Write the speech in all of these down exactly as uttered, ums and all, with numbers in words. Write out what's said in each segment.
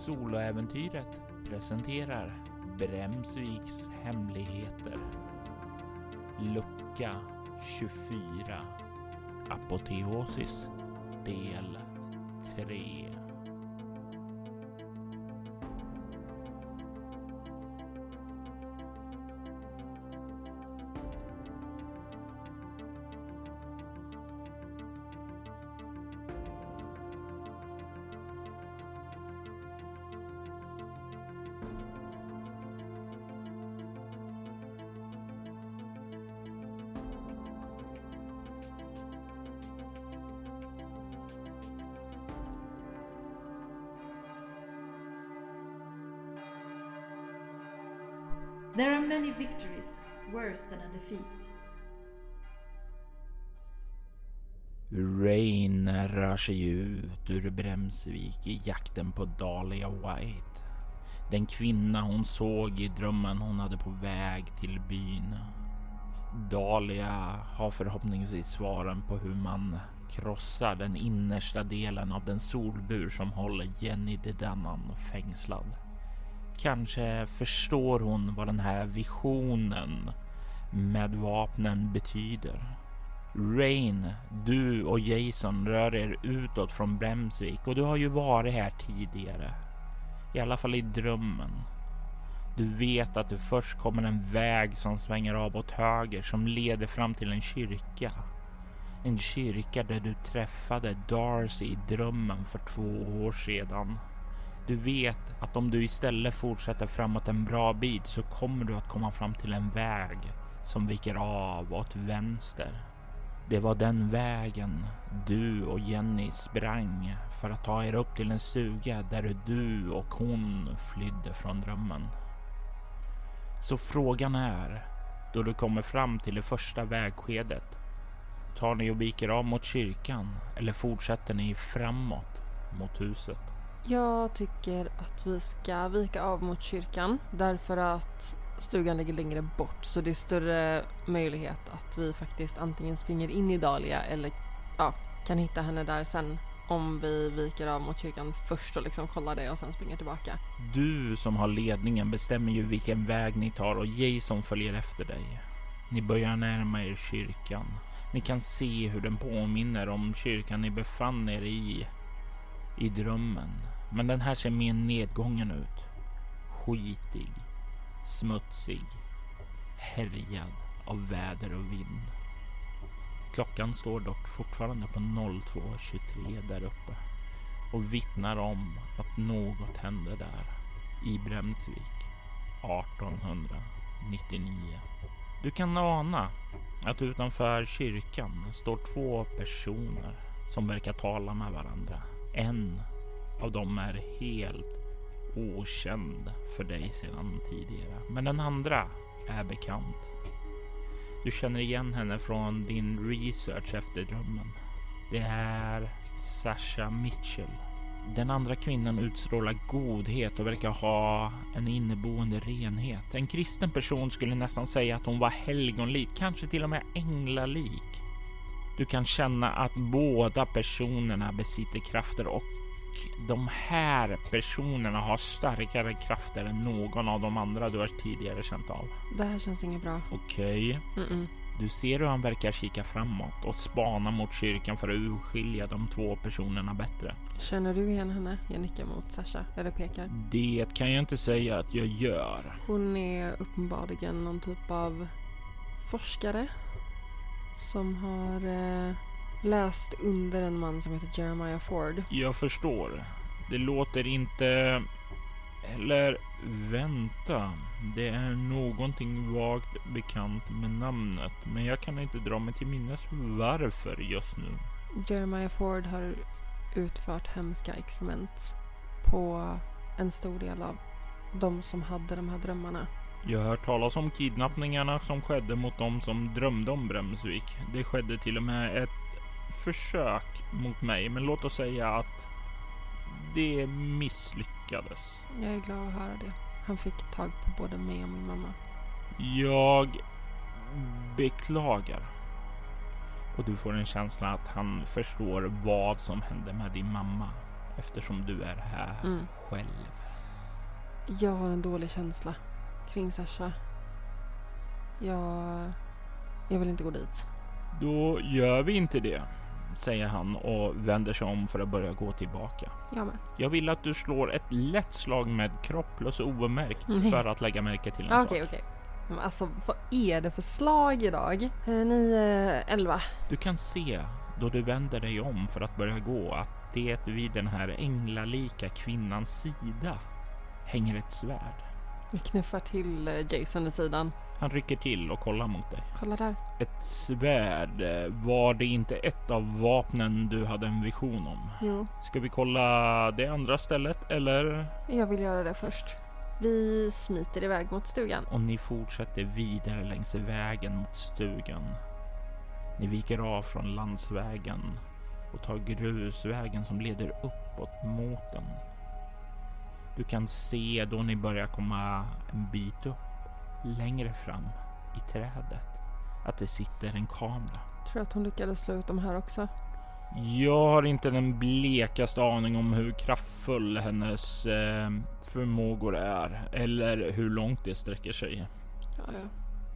Soloäventyret presenterar Bremsviks hemligheter. Lucka tjugofyra. Apoteosis del tre. There are many victories worse than a defeat. Rain rör sig ut ur Bremsvik i jakten på Dahlia White. Den kvinna hon såg i drömmen hon hade på väg till byn. Dahlia har förhoppningsvis svaren på hur man krossar den innersta delen av den solbur som håller Jenny Dedanan fängslad. Kanske förstår hon vad den här visionen med vapnen betyder. Rain, du och Jason rör er utåt från Bremsvik och du har ju varit här tidigare. I alla fall i drömmen. Du vet att det först kommer en väg som svänger av åt höger som leder fram till en kyrka. En kyrka där du träffade Darcy i drömmen för två år sedan. Du vet att om du istället fortsätter framåt en bra bit så kommer du att komma fram till en väg som viker av åt vänster. Det var den vägen du och Jenny sprang för att ta er upp till en stuga där du och hon flydde från drömmen. Så frågan är, då du kommer fram till det första vägskedet, tar ni och viker av mot kyrkan eller fortsätter ni framåt mot huset? Jag tycker att vi ska vika av mot kyrkan därför att stugan ligger längre bort, så det är större möjlighet att vi faktiskt antingen springer in i Dahlia eller ja, kan hitta henne där sen om vi viker av mot kyrkan först och liksom kollar det och sen springer tillbaka. Du som har ledningen bestämmer ju vilken väg ni tar och Jason följer efter dig. Ni börjar närma er kyrkan. Ni kan se hur den påminner om kyrkan ni befann er i i drömmen. Men den här ser mer nedgången ut. Skitig, smutsig, härjad av väder och vind. Klockan står dock fortfarande på två tjugotre där uppe och vittnar om att något hände där i Bremsvik arton nittionio. Du kan ana att utanför kyrkan står två personer som verkar tala med varandra. En av dem är helt okänd för dig sedan tidigare, men den andra är bekant. Du känner igen henne från din research efter drömmen. Det är Sasha Mitchell. Den andra kvinnan utstrålar godhet och verkar ha en inneboende renhet. En kristen person skulle nästan säga att hon var helgonlik, kanske till och med änglalik. Du kan känna att båda personerna besitter krafter och de här personerna har starkare krafter än någon av de andra du har tidigare känt av. Det här känns inget bra. Okej. Okay. Du ser hur han verkar kika framåt och spana mot kyrkan för att urskilja de två personerna bättre. Känner du igen henne? Jag nickar mot Sasha, eller pekar. Det kan jag inte säga att jag gör. Hon är uppenbarligen någon typ av forskare som har eh, läst under en man som heter Jeremiah Ford. Jag förstår. Det låter inte... Eller vänta. Det är någonting vagt bekant med namnet. Men jag kan inte dra mig till minnes varför just nu. Jeremiah Ford har utfört hemska experiment på en stor del av de som hade de här drömmarna. Jag har hört talas om kidnappningarna som skedde mot de som drömde om Bremsvik. Det skedde till och med ett försök mot mig, men låt oss säga att det misslyckades. Jag är glad att höra det. Han fick tag på både mig och min mamma. Jag beklagar. Och du får en känsla att han förstår vad som hände med din mamma. eftersom du är här Mm. själv. Jag har en dålig känsla kring Sasha. Jag... Jag vill inte gå dit. Då gör vi inte det, säger han och vänder sig om för att börja gå tillbaka. Jag med. Jag vill att du slår ett lätt slag med kropp plus obemärkt Nej. för att lägga märke till en Okej, sak. okej. Okay. Men alltså, vad är det för slag idag? Eh, nio, elva. Du kan se då du vänder dig om för att börja gå att det vid den här änglalika kvinnans sida hänger ett svärd. Vi knuffar till eh, Jason i sidan. Han rycker till och kollar mot dig. Kolla där. Ett svärd, var det inte ett av vapnen du hade en vision om? Jo, Ska vi kolla det andra stället eller? jag vill göra det först. Vi smiter iväg mot stugan. Och ni fortsätter vidare längs vägen mot stugan. Ni viker av från landsvägen och tar grusvägen som leder uppåt mot den. Du kan se då ni börjar komma en bit upp, längre fram i trädet, att det sitter en kamera. Tror att hon lyckades slå ut dem här också. Jag har inte den blekaste aning om hur kraftfull hennes eh, förmågor är eller hur långt det sträcker sig. Ja, ja.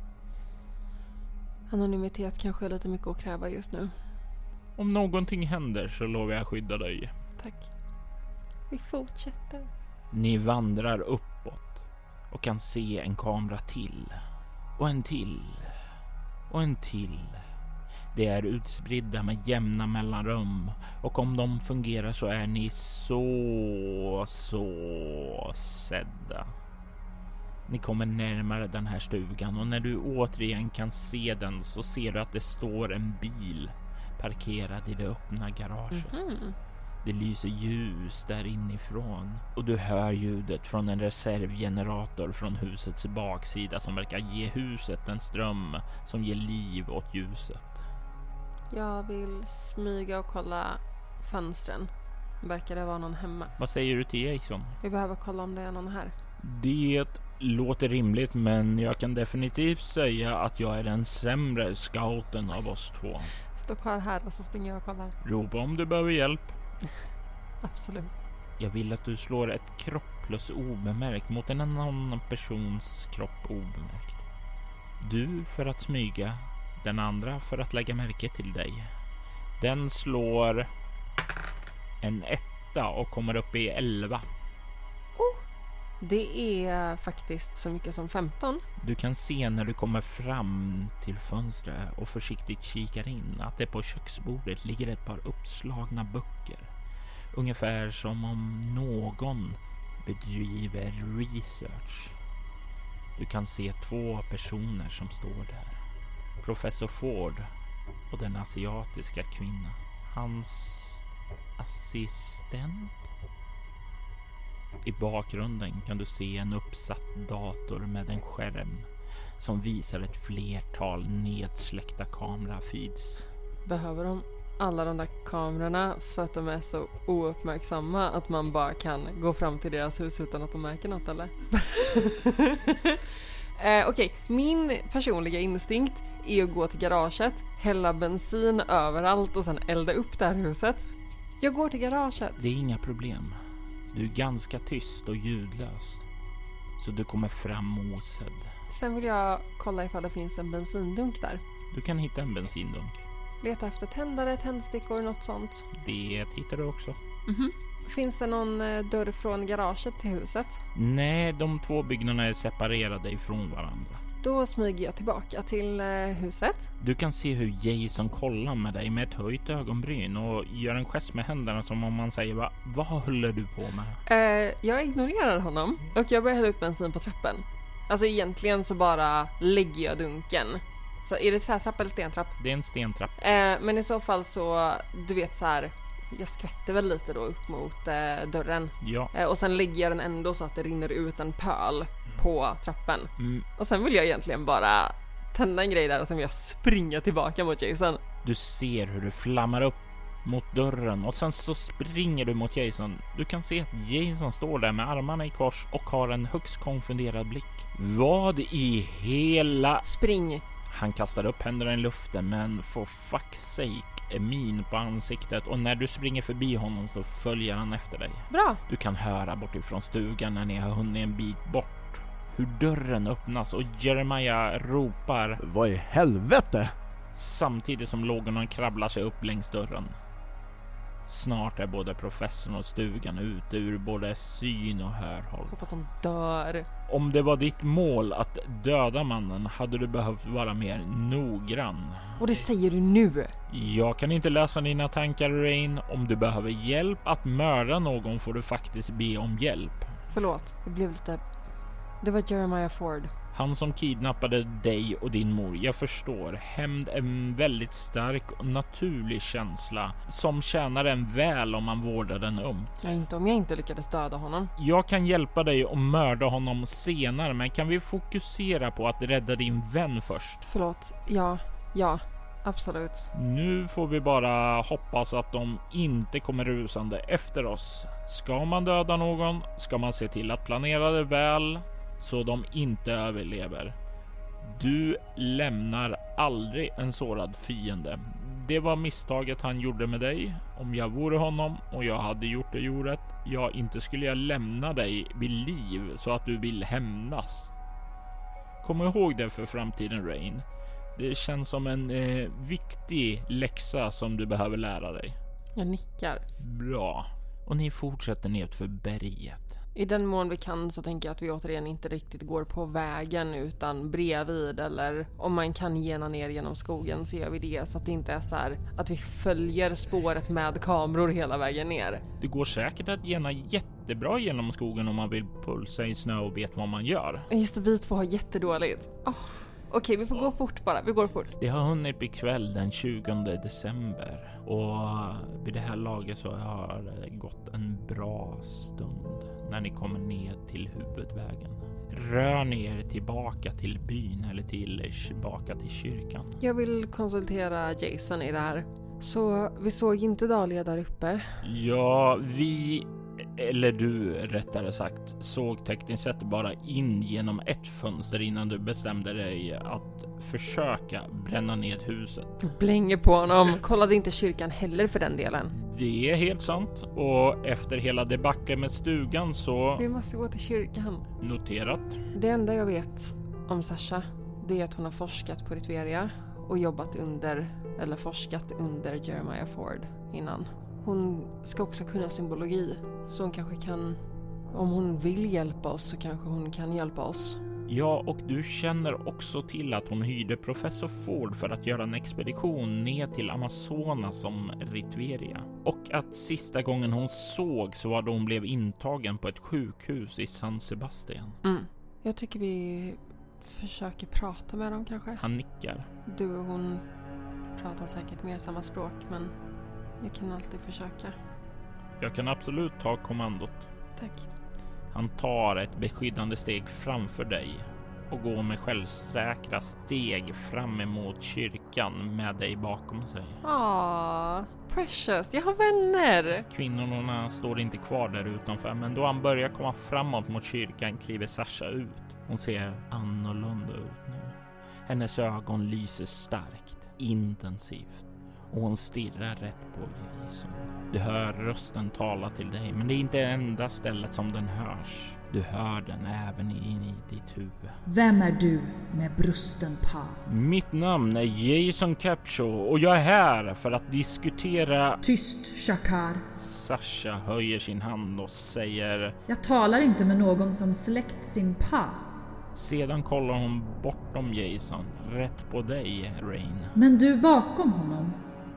Anonymitet kanske är lite mycket att kräva just nu. Om någonting händer så lovar jag skydda dig. Tack. Vi fortsätter. Ni vandrar uppåt och kan se en kamera till och en till och en till. Det är utspridda med jämna mellanrum och om de fungerar så är ni så, så sedda. Ni kommer närmare den här stugan och när du återigen kan se den så ser du att det står en bil parkerad i det öppna garaget. Mm-hmm. Det lyser ljus där inifrån och du hör ljudet från en reservgenerator från husets baksida som verkar ge huset en ström som ger liv åt ljuset. Jag vill smyga och kolla fönstren. Verkar det vara någon hemma? Vad säger du till Jason? Vi behöver kolla om det är någon här. Det låter rimligt, men jag kan definitivt säga att jag är den sämre scouten av oss två. Stå kvar här och så springer jag och kollar. Ropa om du behöver hjälp. Absolut. Jag vill att du slår ett kropp plus obemärkt mot en annan persons kropp obemärkt. Du för att smyga, den andra för att lägga märke till dig. Den slår en etta och kommer upp i elva. Oh, det är faktiskt så mycket som femton. Du kan se när du kommer fram till fönstret och försiktigt kikar in att det på köksbordet ligger ett par uppslagna böcker. Ungefär som om någon bedriver research. Du kan se två personer som står där. Professor Ford och den asiatiska kvinnan. Hans assistent. I bakgrunden kan du se en uppsatt dator med en skärm som visar ett flertal nedsläckta kamerafeeds. Behöver de alla de där kamerorna för att de är så ouppmärksamma att man bara kan gå fram till deras hus utan att de märker något, eller? eh, Okej, okay. Min personliga instinkt är att gå till garaget, hälla bensin överallt och sen elda upp det här huset. Jag går till garaget. Det är inga problem. Du är ganska tyst och ljudlös. Så du kommer fram osedd. Sen vill jag kolla ifall det finns en bensindunk där. Du kan hitta en bensindunk. Leta efter tändare, tändstickor, något sånt. Det hittar du också. Mhm. Finns det någon dörr från garaget till huset? Nej, de två byggnaderna är separerade ifrån varandra. Då smyger jag tillbaka till eh, huset. Du kan se hur Jason kollar med dig med ett höjt ögonbryn och gör en gest med händerna som om man säger Va, vad håller du på med? Eh, jag ignorerar honom och jag börjar hälla ut bensin på trappen. Alltså egentligen så bara lägger jag dunken. Så är det trätrapp eller stentrapp? Det är en stentrapp. Eh, men i så fall så, du vet så här, jag skvätter väl lite då upp mot eh, dörren. Ja. Eh, och sen lägger jag den ändå så att det rinner ut en pöl på trappen. Mm. Och sen vill jag egentligen bara tända en grej där och sen vill jag springa tillbaka mot Jason. Du ser hur du flammar upp mot dörren och sen så springer du mot Jason. Du kan se att Jason står där med armarna i kors och har en högst konfunderad blick. Vad i hela... Spring! Han kastar upp händerna i luften men for fuck's sake min på ansiktet och när du springer förbi honom så följer han efter dig. Bra! Du kan höra bortifrån stugan när ni har hunnit en bit bort hur dörren öppnas och Jeremiah ropar Vad i helvete? Samtidigt som lågorna krabblar sig upp längs dörren. Snart är både professorn och stugan ute ur både syn och hörhåll. Hoppas de dör. Om det var ditt mål att döda mannen hade du behövt vara mer noggrann. Och det säger du nu? Jag kan inte läsa dina tankar, Rain. Om du behöver hjälp att mörda någon får du faktiskt be om hjälp. Förlåt, det blev lite... Det var Jeremiah Ford. Han som kidnappade dig och din mor. Jag förstår. Hämnd är en väldigt stark och naturlig känsla som tjänar en väl om man vårdar den ömt. Ja, inte om jag inte lyckades döda honom. Jag kan hjälpa dig att mörda honom senare, men kan vi fokusera på att rädda din vän först? Förlåt, ja, ja, absolut. Nu får vi bara hoppas att de inte kommer rusande efter oss. Ska man döda någon ska man se till att planera det väl så de inte överlever. Du lämnar aldrig en sårad fiende. Det var misstaget han gjorde med dig. Om jag vore honom och jag hade gjort det jordet, jag inte skulle jag lämna dig vid liv så att du vill hämnas. Kom ihåg det för framtiden, Rain. Det känns som en eh, viktig läxa som du behöver lära dig. Jag nickar. Bra. Och ni fortsätter ner för berget. I den mån vi kan så tänker jag att vi återigen inte riktigt går på vägen utan bredvid, eller om man kan gena ner genom skogen så gör vi det, så att det inte är så här att vi följer spåret med kameror hela vägen ner. Det går säkert att gena jättebra genom skogen om man vill pulsa i snö och vet vad man gör. Just det, vi två har jättedåligt. Oh. Okej, okay, vi får gå fort bara. Vi går fort. Det har hunnit bli kväll den tjugonde december och vid det här laget så har det gått en bra stund när ni kommer ner till huvudvägen. Rör ni er tillbaka till byn eller till, tillbaka till kyrkan? Jag vill konsultera Jason i det här. Så vi såg inte Dahlia där uppe? Ja, vi... Eller du rättare sagt såg tekniskt sett bara in genom ett fönster innan du bestämde dig att försöka bränna ned huset. Blänger på honom. Kollade inte kyrkan heller för den delen. Det är helt sant. Och efter hela debaclet med stugan så... Vi måste gå till kyrkan. Noterat. Det enda jag vet om Sasha, det är att hon har forskat på Ritveria och jobbat under, eller forskat under Jeremiah Ford innan. Hon ska också kunna symbologi, så hon kanske kan, om hon vill hjälpa oss så kanske hon kan hjälpa oss. Ja, och du känner också till att hon hyrde professor Ford för att göra en expedition ner till Amazonas som Ritveria. Och att sista gången hon såg så var då hon blev intagen på ett sjukhus i San Sebastian. Mm. Jag tycker vi försöker prata med dem kanske. Han nickar. Du och hon pratar säkert mer samma språk, men jag kan alltid försöka. Jag kan absolut ta kommandot. Tack. Han tar ett beskyddande steg framför dig och går med självsäkra steg fram emot kyrkan med dig bakom sig. Ah, precious, jag har vänner. Kvinnorna står inte kvar där utanför, men då han börjar komma framåt mot kyrkan kliver Sasha ut. Hon ser annorlunda ut nu. Hennes ögon lyser starkt, intensivt. Och hon stirrar rätt på Jason. Du hör rösten tala till dig, men det är inte enda stället som den hörs. Du hör den även in i ditt huvud. Vem är du med brusten pa? Mitt namn är Jason Capshaw och jag är här för att diskutera... Tyst, Shakar. Sasha höjer sin hand och säger... Jag talar inte med någon som släckt sin pa. Sedan kollar hon bortom Jason, rätt på dig, Rain. Men du bakom honom.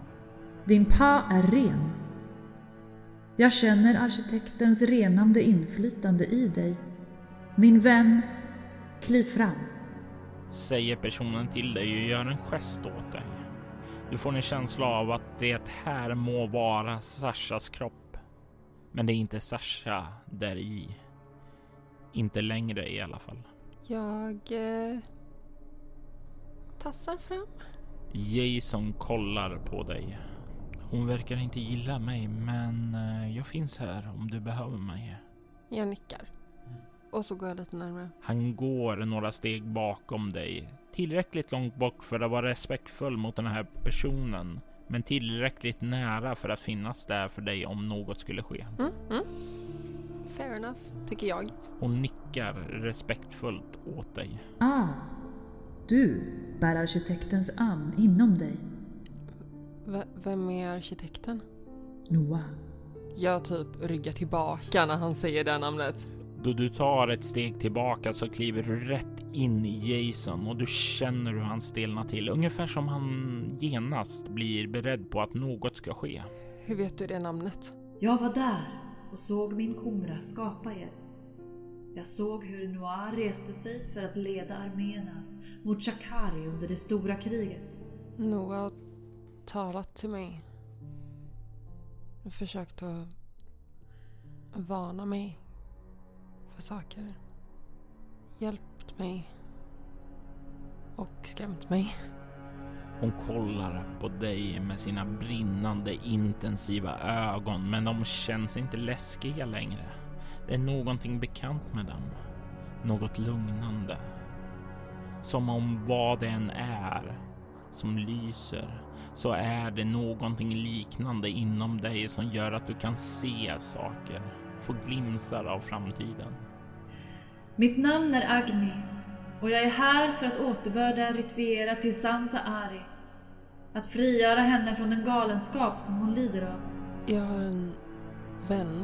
Din pa är ren. Jag känner arkitektens renande inflytande i dig. Min vän, kliv fram. Säger personen till dig och gör en gest åt dig. Du får en känsla av att det här må vara Sashas kropp. Men det är inte Sasha där i. Inte längre i alla fall. Jag eh, tassar fram. Jason kollar på dig. Hon verkar inte gilla mig, men eh, jag finns här om du behöver mig. Jag nickar. Och så går jag lite närmare. Han går några steg bakom dig. Tillräckligt långt bort för att vara respektfull mot den här personen. men tillräckligt nära för att finnas där för dig om något skulle ske. Mm, mm. Fair enough, tycker jag. Hon nickar respektfullt åt dig. Ah, du bär arkitektens an inom dig. V- vem är arkitekten? Noah. Jag typ ryggar tillbaka när han säger det namnet. Då du tar ett steg tillbaka så kliver du rätt in i Jason och du känner hur han stelnar till. Ungefär som han genast blir beredd på att något ska ske. Hur vet du det namnet? Jag var där och såg min Komra skapa er. Jag såg hur Noah reste sig för att leda arméerna mot Shakari under det stora kriget. Noah har talat till mig. Jag försökt att varna mig för saker. Hjälpt mig och skrämt mig. Hon kollar på dig med sina brinnande intensiva ögon, men de känns inte läskiga längre. Det är någonting bekant med dem. Något lugnande. Som om vad det än är som lyser, så är det någonting liknande inom dig som gör att du kan se saker, få glimsar av framtiden. Mitt namn är Agni och jag är här för att återbörda Ritviera till Sansa Ari. Att frigöra henne från den galenskap som hon lider av. Jag har en vän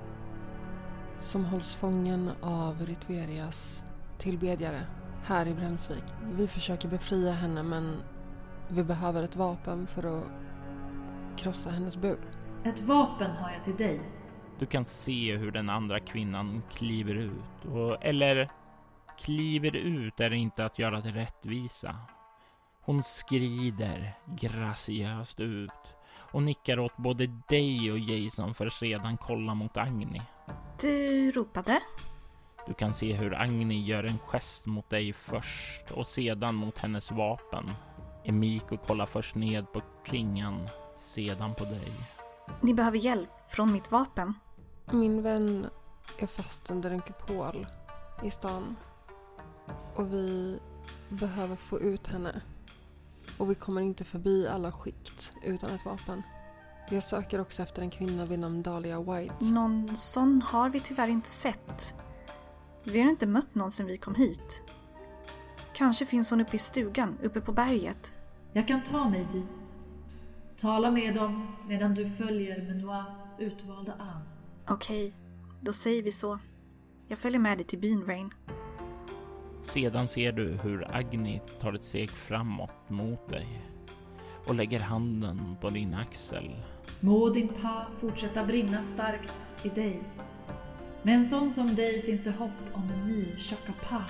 som hålls fången av Ritverias tillbedjare här i Bremsvik. Vi försöker befria henne, men vi behöver ett vapen för att krossa hennes bur. Ett vapen har jag till dig. Du kan se hur den andra kvinnan kliver ut. Och, eller kliver ut är inte att göra det rättvisa. Hon skrider graciöst ut och nickar åt både dig och Jason för att sedan kolla mot Agni. Du ropade? Du kan se hur Agni gör en gest mot dig först och sedan mot hennes vapen. Emiko kollar först ned på klingan, sedan på dig. Ni behöver hjälp från mitt vapen. Min vän är fast under en kupol i stan. Och vi behöver få ut henne. Och vi kommer inte förbi alla skikt utan ett vapen. Jag söker också efter en kvinna vid namn Dahlia White. Någon sån har vi tyvärr inte sett. Vi har inte mött någon sedan vi kom hit. Kanske finns hon uppe i stugan, uppe på berget. Jag kan ta mig dit. Tala med dem medan du följer med Noahs utvalda an. Okej, då säger vi så. Jag följer med dig till byn, Rain. Sedan ser du hur Agni tar ett steg framåt mot dig och lägger handen på din axel. Må din pa fortsätta brinna starkt i dig. Med en sån som dig finns det hopp om en ny Chakapa.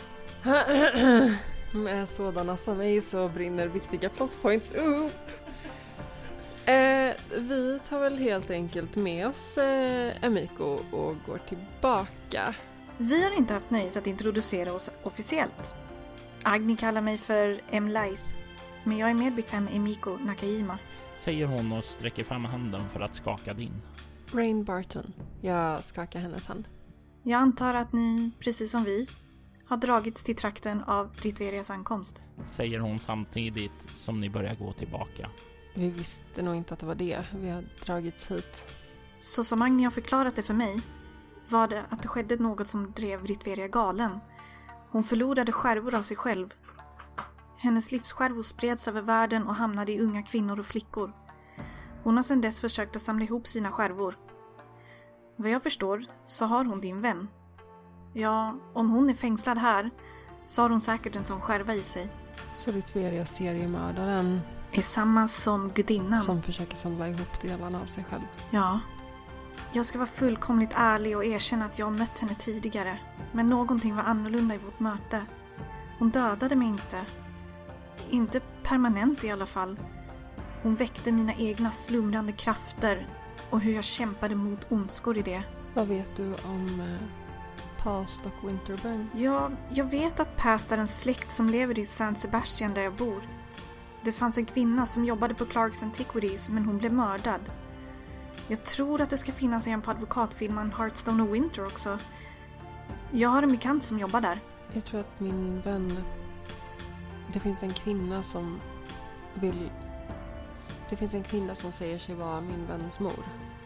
Med sådana som mig så brinner viktiga plotpoints upp. Eh, vi tar väl helt enkelt med oss eh, Emiko och går tillbaka. Vi har inte haft nöjet att introducera oss officiellt. Agni kallar mig för M. Lyth, men jag är mer bekväm med Emiko Nakajima. Säger hon och sträcker fram handen för att skaka din. Rain Barton. Jag skakar hennes hand. Jag antar att ni, precis som vi, har dragits till trakten av Ritverias ankomst. Säger hon samtidigt som ni börjar gå tillbaka. Vi visste nog inte att det var det. Vi har dragits hit. Så som Agni har förklarat det för mig var det att det skedde något som drev Ritveria galen. Hon förlorade skärvor av sig själv. Hennes livsskärvor spreds över världen och hamnade i unga kvinnor och flickor. Hon har sedan dess försökt att samla ihop sina skärvor. Vad jag förstår så har hon din vän. Ja, om hon är fängslad här så har hon säkert en sån skärva i sig. Så Ritveria seriemördaren är samma som gudinnan. Som försöker samla ihop delarna av sig själv. Ja. Jag ska vara fullkomligt ärlig och erkänna att jag mött henne tidigare. Men någonting var annorlunda i vårt möte. Hon dödade mig inte. Inte permanent i alla fall. Hon väckte mina egna slumrande krafter och hur jag kämpade mot ondskor i det. Vad vet du om eh, Past och Winterburn? Ja, jag vet att Past är en släkt som lever i San Sebastian där jag bor. Det fanns en kvinna som jobbade på Clark's Antiquities, men hon blev mördad. Jag tror att det ska finnas en på advokatfirman Hearthstone och Winter också. Jag har en bekant som jobbar där. Jag tror att min vän... Det finns en kvinna som vill Det finns en kvinna som säger sig vara min väns mor.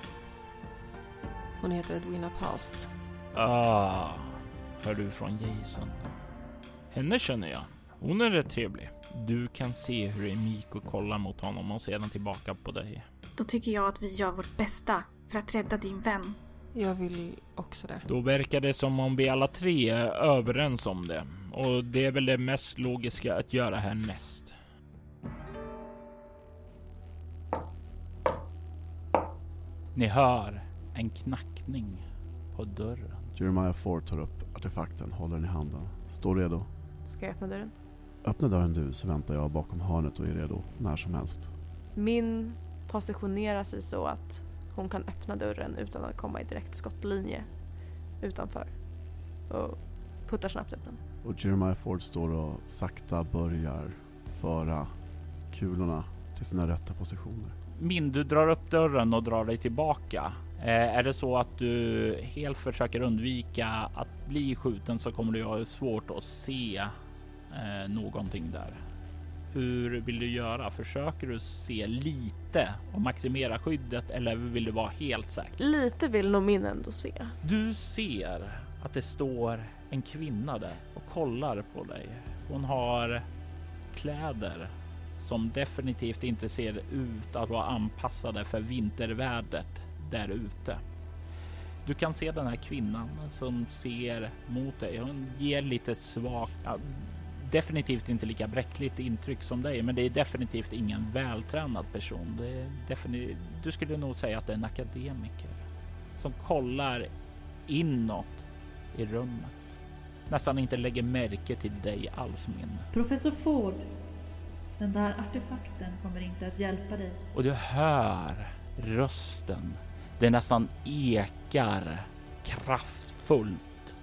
Hon heter Edwina Past. Ah, hör du från Jason? Henne känner jag. Hon är rätt trevlig. Du kan se hur Emiko kollar mot honom och sedan tillbaka på dig. Då tycker jag att vi gör vårt bästa för att rädda din vän. Jag vill också det. Då verkar det som om vi alla tre är överens om det. Och det är väl det mest logiska att göra härnäst. Ni hör en knackning på dörren. Jeremiah Ford tar upp artefakten, håller den i handen. Står redo. Ska jag öppna dörren? Öppna dörren du, så väntar jag bakom hörnet och är redo när som helst. Min positionerar sig så att hon kan öppna dörren utan att komma i direkt skottlinje utanför. Och puttar snabbt upp den. Och Jeremiah Ford står och sakta börjar föra kulorna till sina rätta positioner. Min, du drar upp dörren och drar dig tillbaka. Eh, är det så att du helt försöker undvika att bli skjuten så kommer du ha svårt att se eh, någonting där. Hur vill du göra? Försöker du se lite och maximera skyddet eller vill du vara helt säker? Lite vill nog min ändå se. Du ser att det står en kvinna där och kollar på dig. Hon har kläder som definitivt inte ser ut att vara anpassade för vintervädret där ute. Du kan se den här kvinnan som ser mot dig. Hon ger lite svagt, ja, definitivt inte lika bräckligt intryck som dig, men det är definitivt ingen vältränad person. Det är definitivt, du skulle nog säga att det är en akademiker som kollar inåt i rummet. Nästan inte lägger märke till dig alls, min. Professor Ford, den där artefakten kommer inte att hjälpa dig. Och du hör rösten. Det nästan ekar kraftfullt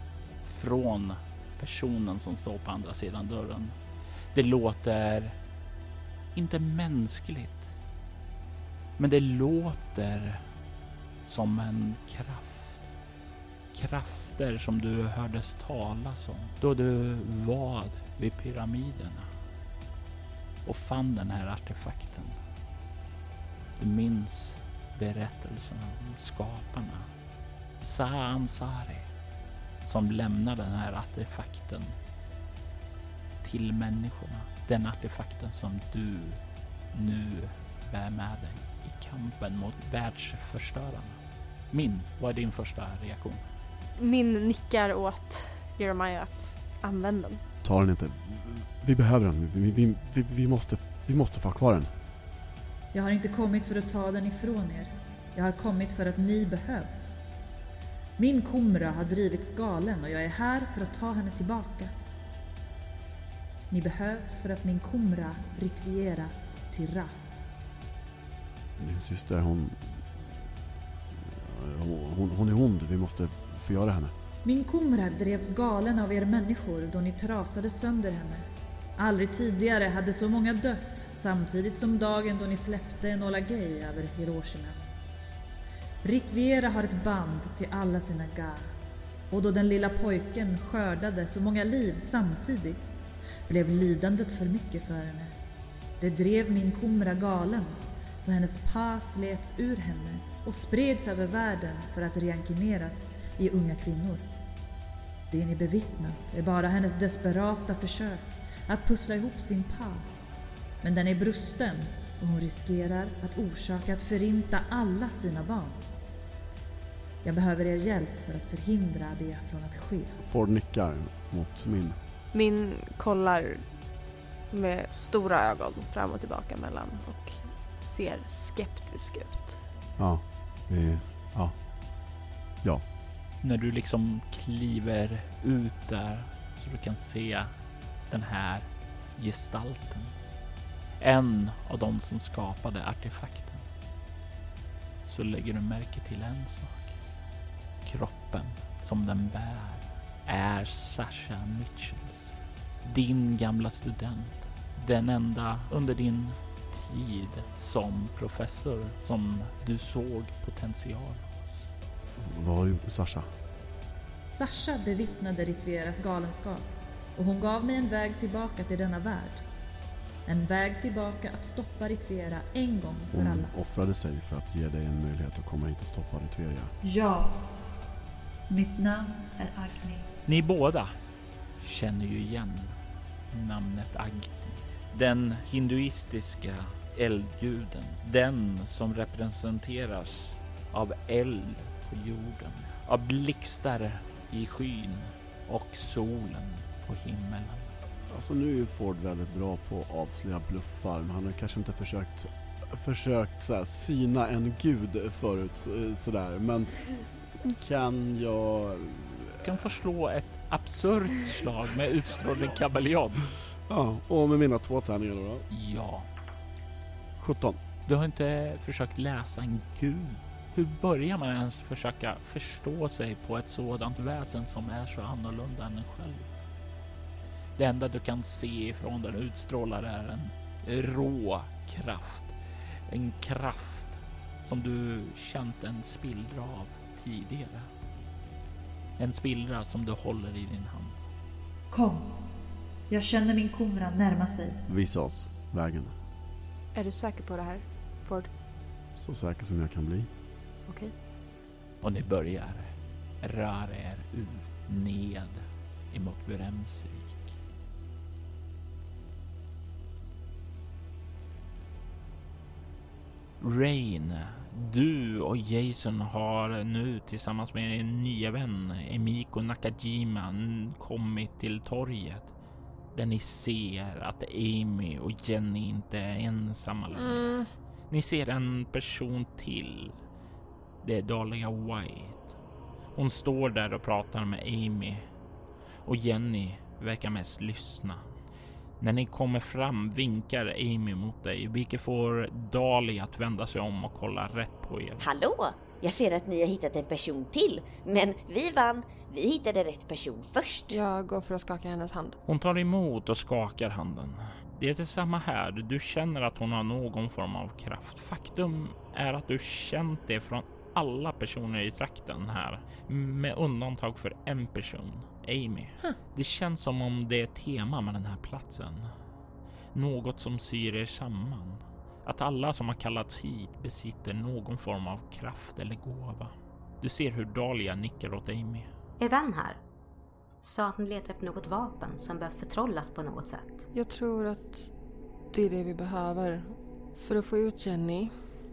från personen som står på andra sidan dörren. Det låter inte mänskligt, men det låter som en kraft. Krafter som du hördes talas om då du var vid pyramiderna och fann den här artefakten. Du minns berättelsen om skaparna Sa-Ansari som lämnar den här artefakten till människorna. Den artefakten som du nu bär med dig i kampen mot världsförstörarna. Min, vad är din första reaktion? Min nickar åt Jeremiah att använda den. Ta den inte. Vi behöver den. Vi, vi, vi, vi, måste, vi måste få kvar den. Jag har inte kommit för att ta den ifrån er. Jag har kommit för att ni behövs. Min Kumra har drivits galen och jag är här för att ta henne tillbaka. Ni behövs för att min Kumra Ritviera till Ra. Min syster, hon, hon... Hon är ond. Vi måste förgöra henne. Min Kumra drevs galen av er människor då ni trasade sönder henne. Aldrig tidigare hade så många dött samtidigt som dagen då ni släppte Enola Gay över Hiroshima. Ritviera har ett band till alla sina Ga. Och då den lilla pojken skördade så många liv samtidigt blev lidandet för mycket för henne. Det drev min Kumra galen då hennes pa slets ur henne och spreds över världen för att reinkarneras i unga kvinnor. Det ni bevittnat är bara hennes desperata försök att pussla ihop sin pa. Men den är brusten och hon riskerar att orsaka att förinta alla sina barn. Jag behöver er hjälp för att förhindra det från att ske. Ford nickar mot min. Min kollar med stora ögon fram och tillbaka mellan och ser skeptisk ut. Ja, vi, ja, ja. När du liksom kliver ut där så du kan se den här gestalten. En av de som skapade artefakten. Så lägger du märke till en sak. Kroppen som den bär är Sasha Mitchells. Din gamla student. Den enda under din tid som professor som du såg potential hos. Vad har du gjort med Sasha? Sasha bevittnade Ritvieras galenskap och hon gav mig en väg tillbaka till denna värld. En väg tillbaka att stoppa Ritveria en gång för Hon alla. offrade sig för att ge dig en möjlighet att komma hit och stoppa Ritveria. Ja. Mitt namn är Agni. Ni båda känner ju igen namnet Agni. Den hinduistiska eldguden. Den som representeras av eld på jorden. Av blixtar i skyn och solen på himmelen. Alltså nu är ju Ford väldigt bra på att avslöja bluffar, men han har kanske inte försökt försökt så här, syna en gud förut sådär, men kan jag... kan få slå ett absurt slag med utstrålning kameleon. Ja, och med mina två tärningar då? Ja. sjutton. Du har inte försökt läsa en gud. Hur börjar man ens försöka förstå sig på ett sådant väsen som är så annorlunda än en själv? Det enda du kan se ifrån den utstrålar är en rå kraft. En kraft som du känt en spillra av tidigare. En spillra som du håller i din hand. Kom. Jag känner min kumra närma sig. Visa oss vägen. Är du säker på det här, Ford? Så säker som jag kan bli. Okej. Och ni börjar röra er ut, ned emot Bremsvik. Rain, du och Jason har nu tillsammans med din nya vän Emiko Nakajima kommit till torget. Där ni ser att Amy och Jenny inte är ensamma längre. Mm. Ni ser en person till. Det är Dahlia White. Hon står där och pratar med Amy. Och Jenny verkar mest lyssna. När ni kommer fram vinkar Amy mot dig, vilket får Dahlia att vända sig om och kolla rätt på er. Hallå! Jag ser att ni har hittat en person till, men vi vann. Vi hittade rätt person först. Jag går för att skaka hennes hand. Hon tar emot och skakar handen. Det är samma här. Du känner att hon har någon form av kraft. Faktum är att du känt det från alla personer i trakten här. Med undantag för en person. Amy. Huh. Det känns som om det är tema med den här platsen. Något som syr er samman. Att alla som har kallats hit besitter någon form av kraft eller gåva. Du ser hur Dahlia nickar åt Amy. Er vän här sa att ni letar efter något vapen som behöver förtrollas på något sätt. Jag tror att det är det vi behöver. För att få ut Jenny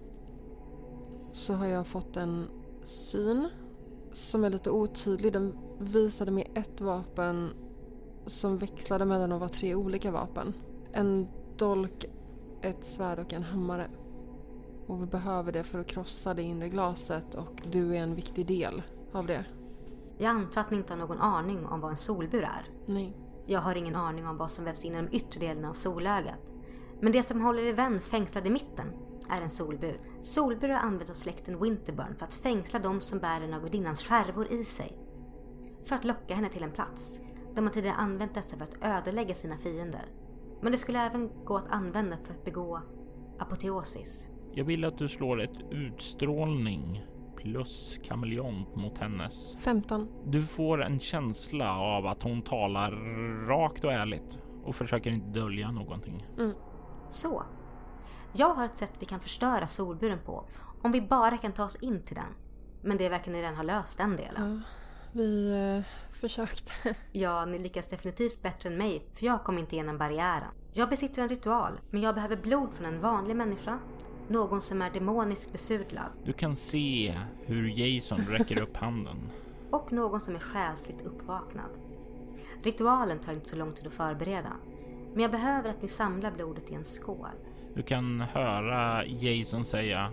så har jag fått en syn som är lite otydlig. Den visade mig ett vapen som växlade mellan att vara tre olika vapen. En dolk, ett svärd och en hammare. Och vi behöver det för att krossa det inre glaset och du är en viktig del av det. Jag antar att ni inte har någon aning om vad en solbur är. Nej. Jag har ingen aning om vad som vävs in i de yttre delarna av solögat. Men det som håller er vän fängslad i mitten är en solbur. Solbur har använts av släkten Winterburn för att fängsla de som bär en av gudinnans skärvor i sig. För att locka henne till en plats. De har tidigare använt dessa för att ödelägga sina fiender. Men det skulle även gå att använda för att begå apoteosis. Jag vill att du slår ett utstrålning plus kameleont mot hennes. femton. Du får en känsla av att hon talar rakt och ärligt och försöker inte dölja någonting. Mm. Så. Jag har ett sätt vi kan förstöra solburen på om vi bara kan ta oss in till den. Men det verkar ni redan ha löst den delen. Ja, vi eh, försökte. Ja, ni lyckas definitivt bättre än mig, för jag kom inte igenom barriären. Jag besitter en ritual, men jag behöver blod från en vanlig människa. Någon som är demoniskt besudlad. Du kan se hur Jason räcker upp handen. Och någon som är själsligt uppvaknad. Ritualen tar inte så lång tid att förbereda. Men jag behöver att ni samlar blodet i en skål. Du kan höra Jason säga: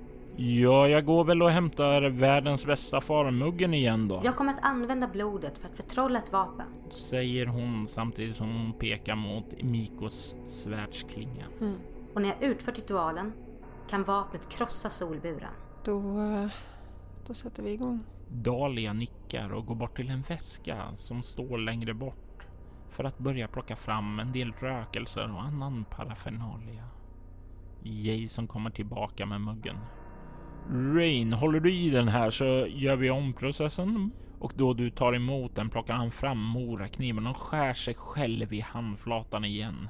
ja, jag går väl och hämtar världens bästa farmuggen igen då. Jag kommer att använda blodet för att förtrolla ett vapen. Säger hon samtidigt som hon pekar mot Mikos svärdsklinga. Mm. Och när jag utfört ritualen kan vapnet krossa solburen. Då, då sätter vi igång. Dahlia nickar och går bort till en väska som står längre bort för att börja plocka fram en del rökelser och annan paraffernalia. Jason kommer tillbaka med muggen. Rain, håller du i den här så gör vi om processen. Och då du tar emot den plockar han fram morakniven och skär sig själv i handflatan igen.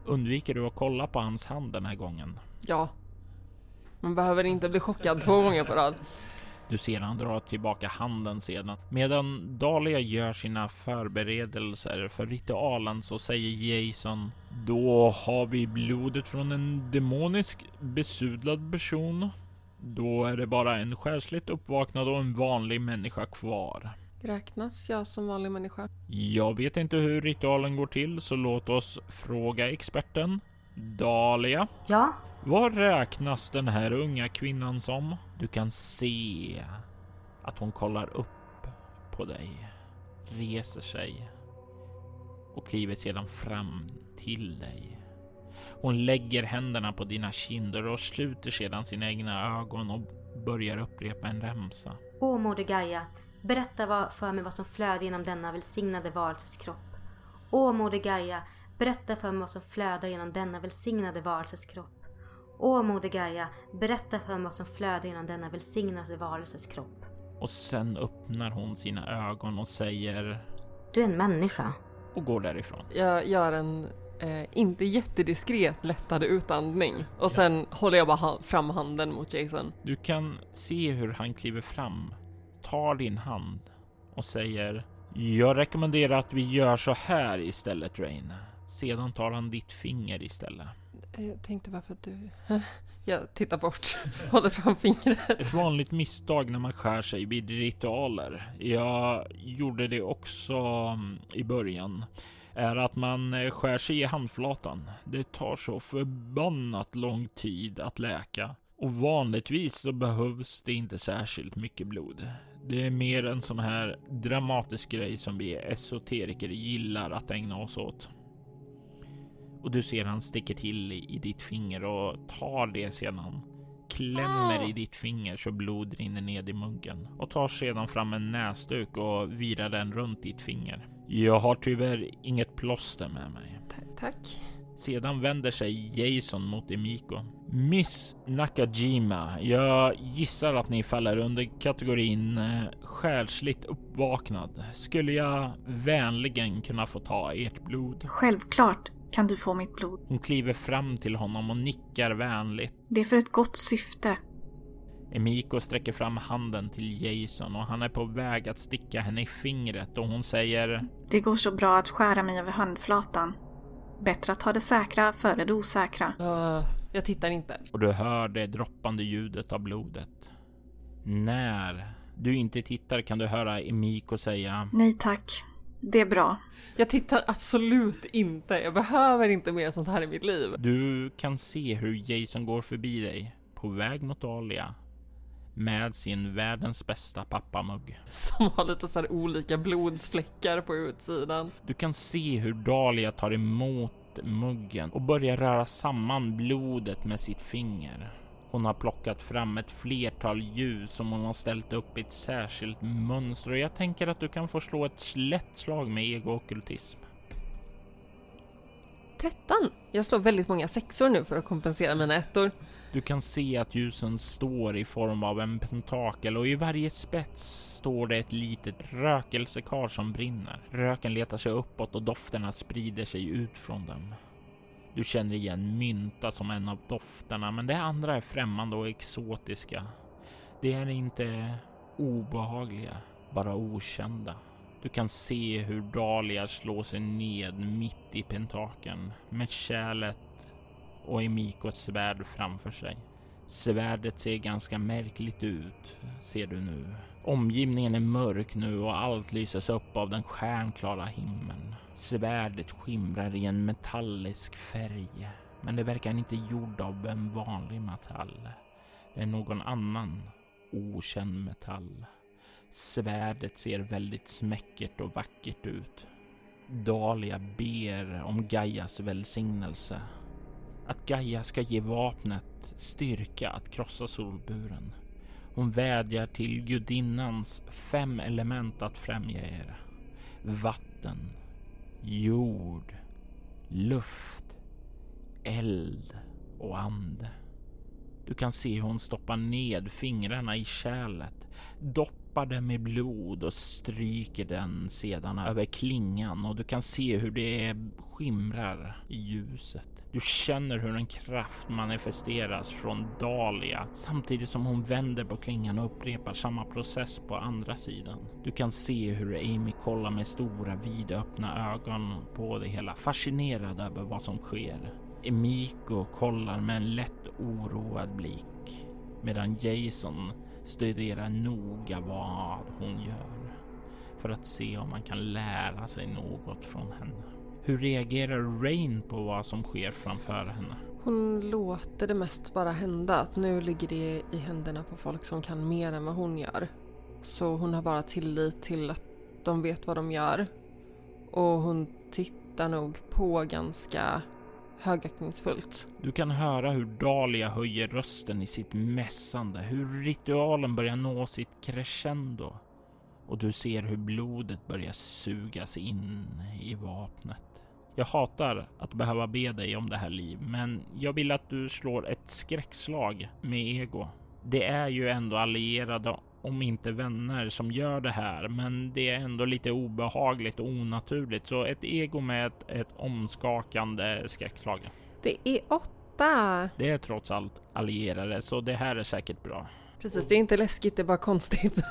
Undviker du att kolla på hans hand den här gången? Ja. Man behöver inte bli chockad två gånger på rad. Du ser han dra tillbaka handen sedan. Medan Dahlia gör sina förberedelser för ritualen så säger Jason: då har vi blodet från en demonisk besudlad person. Då är det bara en själsligt uppvaknad och en vanlig människa kvar. Räknas jag som vanlig människa? Jag vet inte hur ritualen går till, så låt oss fråga experten. Dahlia? Ja? Vad räknas den här unga kvinnan som? Du kan se att hon kollar upp på dig, reser sig och kliver sedan fram till dig. Hon lägger händerna på dina kinder och sluter sedan sina egna ögon och börjar upprepa en remsa. Åh, Moder Gaia, berätta vad för mig vad som flödar genom denna välsignade varelses kropp. Åh, Moder Gaia, berätta för mig vad som flödar genom denna välsignade varelses kropp. Åh, Moder Gaia, berätta för mig vad som flödar genom denna välsignade varelses kropp. Och sen öppnar hon sina ögon och säger: du är en människa. Och går därifrån. Jag gör en eh, inte jättediskret lättade utandning. Och sen ja. håller jag bara ha- fram handen mot Jason. Du kan se hur han kliver fram, tar din hand och säger: jag rekommenderar att vi gör så här istället, Rain. Sedan tar han ditt finger istället. Jag tänkte varför du... Jag tittar bort, håller fram fingret. Ett vanligt misstag när man skär sig vid ritualer, jag gjorde det också i början, är att man skär sig i handflatan. Det tar så förbannat lång tid att läka. Och vanligtvis så behövs det inte särskilt mycket blod. Det är mer en sån här dramatisk grej som vi esoteriker gillar att ägna oss åt. Och du ser han sticker till i, i ditt finger och tar det sedan. Klämmer i ditt finger så blod rinner ned i muggen. Och tar sedan fram en näsduk och virar den runt ditt finger. Jag har tyvärr inget plåster med mig. T- tack. Sedan vänder sig Jason mot Emiko. Miss Nakajima, jag gissar att ni faller under kategorin eh, själsligt uppvaknad. Skulle jag vänligen kunna få ta ert blod? Självklart kan du få mitt blod. Hon kliver fram till honom och nickar vänligt. Det är för ett gott syfte. Emiko sträcker fram handen till Jason och han är på väg att sticka henne i fingret och hon säger: det går så bra att skära mig över handflatan. Bättre att ta det säkra före det osäkra. Uh, jag tittar inte. Och du hör det droppande ljudet av blodet. När du inte tittar kan du höra Emiko säga: nej tack, det är bra. Jag tittar absolut inte. Jag behöver inte mer sånt här i mitt liv. Du kan se hur Jason går förbi dig på väg mot Dahlia med sin världens bästa pappamugg. Som har lite så här olika blodsfläckar på utsidan. Du kan se hur Dahlia tar emot muggen och börjar röra samman blodet med sitt finger. Hon har plockat fram ett flertal ljus som hon har ställt upp i ett särskilt mönster och jag tänker att du kan få slå ett lätt slag med ego-okkultism. tretton. Jag slår väldigt många sexor nu för att kompensera mina ettor. Du kan se att ljusen står i form av en pentakel och i varje spets står det ett litet rökelsekar som brinner. Röken letar sig uppåt och dofterna sprider sig ut från dem. Du känner igen mynta som en av dofterna, men det andra är främmande och exotiska. Det är inte obehagliga, bara okända. Du kan se hur Dahlia slår sig ned mitt i pentakeln med kärlet och Emikos svärd framför sig. Svärdet ser ganska märkligt ut, ser du nu. Omgivningen är mörk nu och allt lyses upp av den stjärnklara himlen. Svärdet skimrar i en metallisk färg, men det verkar inte gjord av en vanlig metall. Det är någon annan okänd metall. Svärdet ser väldigt smäckert och vackert ut. Dahlia ber om Gaias välsignelse. Att Gaia ska ge vapnet styrka att krossa solburen. Hon vädjar till gudinnans fem element att främja er. Vatten, jord, luft, eld och ande. Du kan se hur hon stoppar ned fingrarna i kärlet, doppar droppar den med blod och stryker den sedan över klingan, och du kan se hur det skimrar i ljuset. Du känner hur en kraft manifesteras från Dahlia samtidigt som hon vänder på klingan och upprepar samma process på andra sidan. Du kan se hur Amy kollar med stora vidöppna ögon på det hela, fascinerad över vad som sker. Emiko kollar med en lätt oroad blick medan Jason studerar noga vad hon gör för att se om man kan lära sig något från henne. Hur reagerar Rain på vad som sker framför henne? Hon låter det mest bara hända, att nu ligger det i händerna på folk som kan mer än vad hon gör. Så hon har bara tillit till att de vet vad de gör. Och hon tittar nog på ganska högaktningsfullt. Du kan höra hur Dahlia höjer rösten i sitt mässande, hur ritualen börjar nå sitt crescendo. Och du ser hur blodet börjar sugas in i vapnet. Jag hatar att behöva be dig om det här, Liv, men jag vill att du slår ett skräckslag med ego. Det är ju ändå allierade, om inte vänner, som gör det här, men det är ändå lite obehagligt och onaturligt. Så ett ego med ett, ett omskakande skräckslag. Det är åtta! Det är trots allt allierade, så det här är säkert bra. Precis, det är inte läskigt, det är bara konstigt.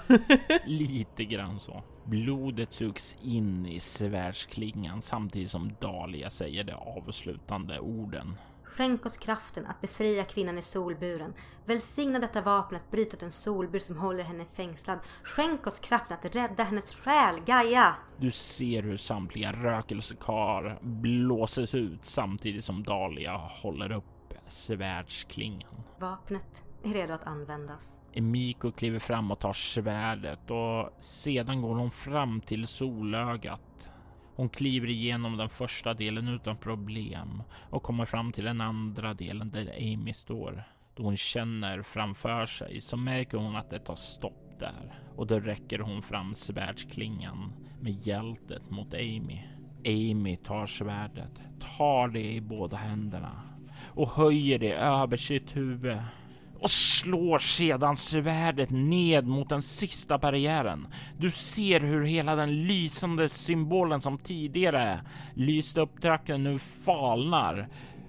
Lite grann så. Blodet sugs in i svärdsklingan samtidigt som Dahlia säger de avslutande orden. Skänk oss kraften att befria kvinnan i solburen. Välsigna detta vapen att bryta den solbur som håller henne fängslad. Skänk oss kraften att rädda hennes själ, Gaia! Du ser hur samtliga rökelsekar blåses ut samtidigt som Dahlia håller upp svärdsklingan. Vapnet är redo att användas. Emiko kliver fram och tar svärdet, och sedan går hon fram till solögat. Hon kliver igenom den första delen utan problem och kommer fram till den andra delen där Amy står. Då hon känner framför sig så märker hon att det tar stopp där, och då räcker hon fram svärdsklingan med hjältet mot Amy. Amy tar svärdet, tar det i båda händerna och höjer det över sitt huvud och slår sedan svärdet ned mot den sista barriären. Du ser hur hela den lysande symbolen som tidigare lyste upp trakten nu falnar.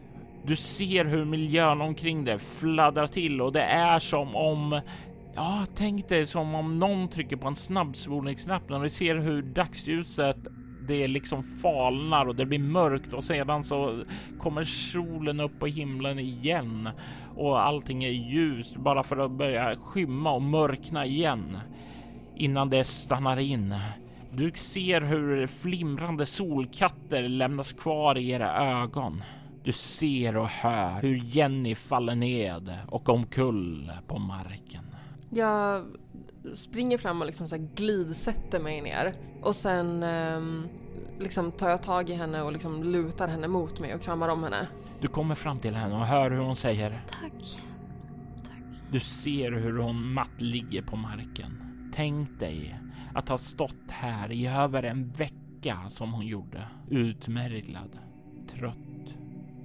Du ser hur miljön omkring det fladdrar till, och det är som om... Ja, tänk dig som om någon trycker på en snabbspolningsknapp, och du ser hur dagsljuset det liksom falnar och det blir mörkt, och sedan så kommer solen upp på himlen igen och allting är ljust bara för att börja skymma och mörkna igen innan det stannar in. Du ser hur flimrande solkatter lämnas kvar i era ögon. Du ser och hör hur Jenny faller ned och omkull på marken. Jag springer fram och liksom så här glidsätter mig ner. Och sen um, liksom tar jag tag i henne och liksom lutar henne mot mig och kramar om henne. Du kommer fram till henne och hör hur hon säger tack. Tack. Du ser hur hon matt ligger på marken. Tänk dig att ha stått här i över en vecka som hon gjorde. Utmärglad, trött,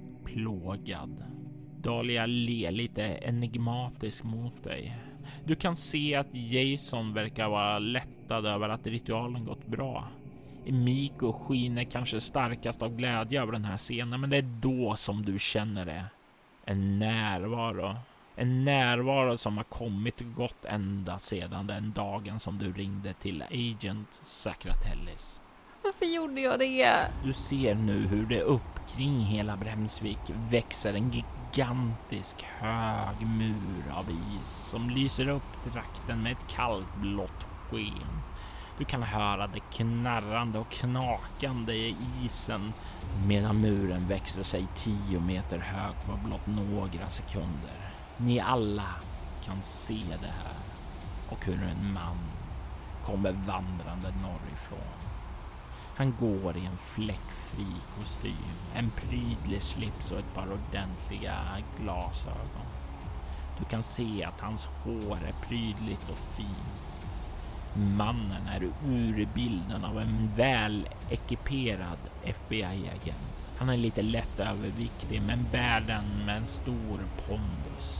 plågad. Dahlia ler lite enigmatiskt mot dig. Du kan se att Jason verkar vara lättad över att ritualen gått bra. Emiko skiner kanske starkast av glädje över den här scenen, men det är då som du känner det. En närvaro. En närvaro som har kommit och gått ända sedan den dagen som du ringde till Agent Sacratellis. Varför gjorde jag det? Du ser nu hur det upp kring hela Bremsvik växer en gigantisk hög mur av is som lyser upp trakten med ett kallt blått sken. Du kan höra det knarrande och knakande i isen medan muren växer sig tio meter hög på blott några sekunder. Ni alla kan se det här och hur en man kommer vandrande norrifrån. Han går i en fläckfri kostym, en prydlig slips och ett par ordentliga glasögon. Du kan se att hans hår är prydligt och fint. Mannen är ur bilden av en väl ekiperad F B I-agent. Han är lite lätt överviktig men bär den med en stor pondus.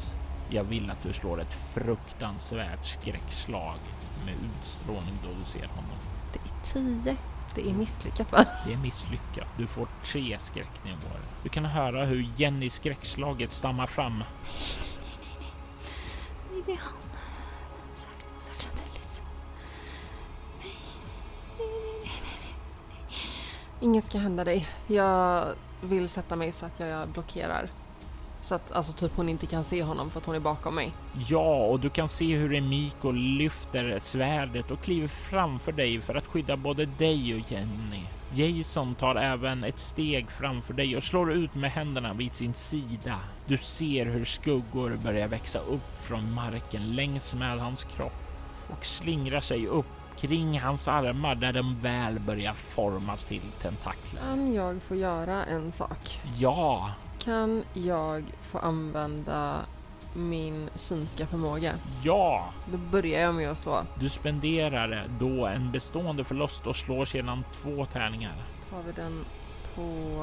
Jag vill att du slår ett fruktansvärt skräckslag med utstrålning då du ser honom. Det är tio. Det är misslyckat, va? Det är misslyckat. Du får tre skräcknivåer. Du kan höra hur Jenny skräckslaget stammar fram. Nej, nej, nej, nej. Nej, det är han. Sakratellis. Nej, nej, nej, nej, nej, nej. Inget ska hända dig. Jag vill sätta mig så att jag blockerar. Så att alltså typ hon inte kan se honom för att hon är bakom mig. Ja, och du kan se hur Emiko lyfter svärdet och kliver framför dig för att skydda både dig och Jenny. Jason tar även ett steg framför dig och slår ut med händerna vid sin sida. Du ser hur skuggor börjar växa upp från marken längs med hans kropp och slingrar sig upp kring hans armar där de väl börjar formas till tentakler. Kan jag få göra en sak? Ja! Kan jag få använda min synska förmåga? Ja! Då börjar jag med att slå. Du spenderar då en bestående förlust och slår sedan två tärningar. Så tar vi den på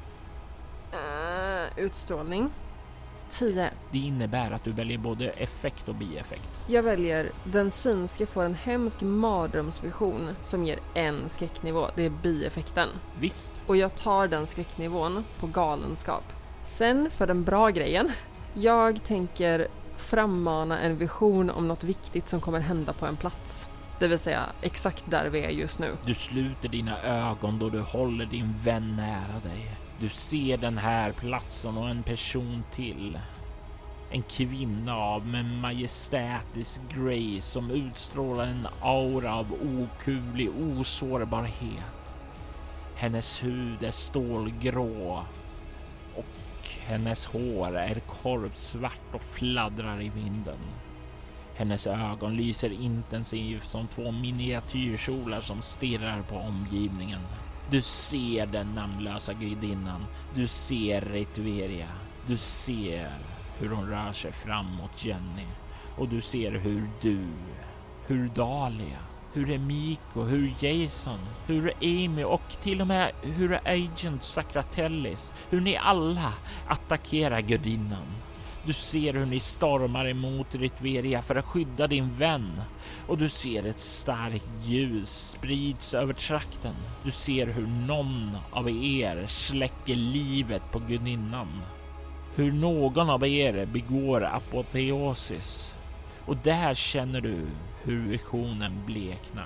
uh, utstrålning. tio. Det innebär att du väljer både effekt och bieffekt. Jag väljer den synska får en hemsk mardrömsvision som ger en skräcknivå. Det är bieffekten. Visst. Och jag tar den skräcknivån på galenskap. Sen för den bra grejen. Jag tänker frammana en vision om något viktigt som kommer hända på en plats. Det vill säga exakt där vi är just nu. Du sluter dina ögon då du håller din vän nära dig. Du ser den här platsen och en person till. En kvinna av med majestätisk grace som utstrålar en aura av okuvlig osårbarhet. Hennes hud är stålgrå och hennes hår är korpsvart och fladdrar i vinden. Hennes ögon lyser intensivt som två miniatyrsolar som stirrar på omgivningen. Du ser den namnlösa gudinnan. Du ser Ritveria. Du ser hur hon rör sig fram mot Jenny. Och du ser hur du, hur Dahlia, hur Emiko, hur Jason, hur Amy och till och med hur Agent Sakratellis, hur ni alla attackerar gudinnan. Du ser hur ni stormar emot Ritveria för att skydda din vän. Och du ser ett starkt ljus sprids över trakten. Du ser hur någon av er släcker livet på gudinnan. Hur någon av er begår apoteosis. Och där känner du hur visionen bleknar.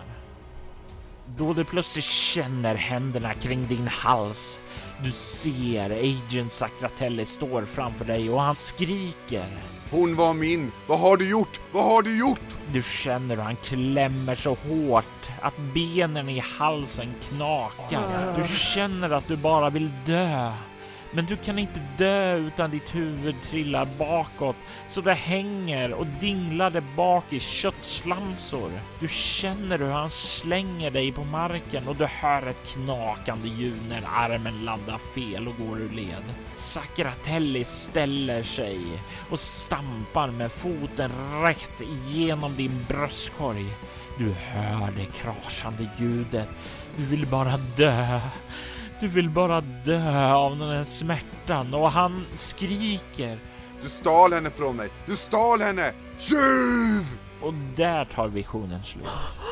Då du plötsligt känner händerna kring din hals. Du ser Agent Sakratellis står framför dig och han skriker. Hon var min! Vad har du gjort? Vad har du gjort? Du känner hur han klämmer så hårt att benen i halsen knakar. Du känner att du bara vill dö. Men du kan inte dö utan ditt huvud trillar bakåt så det hänger och dinglar där bak i köttslamsor. Du känner hur han slänger dig på marken och du hör ett knakande ljud när armen laddar fel och går ur led. Sakratellis ställer sig och stampar med foten rätt igenom din bröstkorg. Du hör det kraschande ljudet. Du vill bara dö. Du vill bara dö av den här smärtan och han skriker. Du stal henne från mig! Du stal henne! Tjuv! Och där tar visionen slut.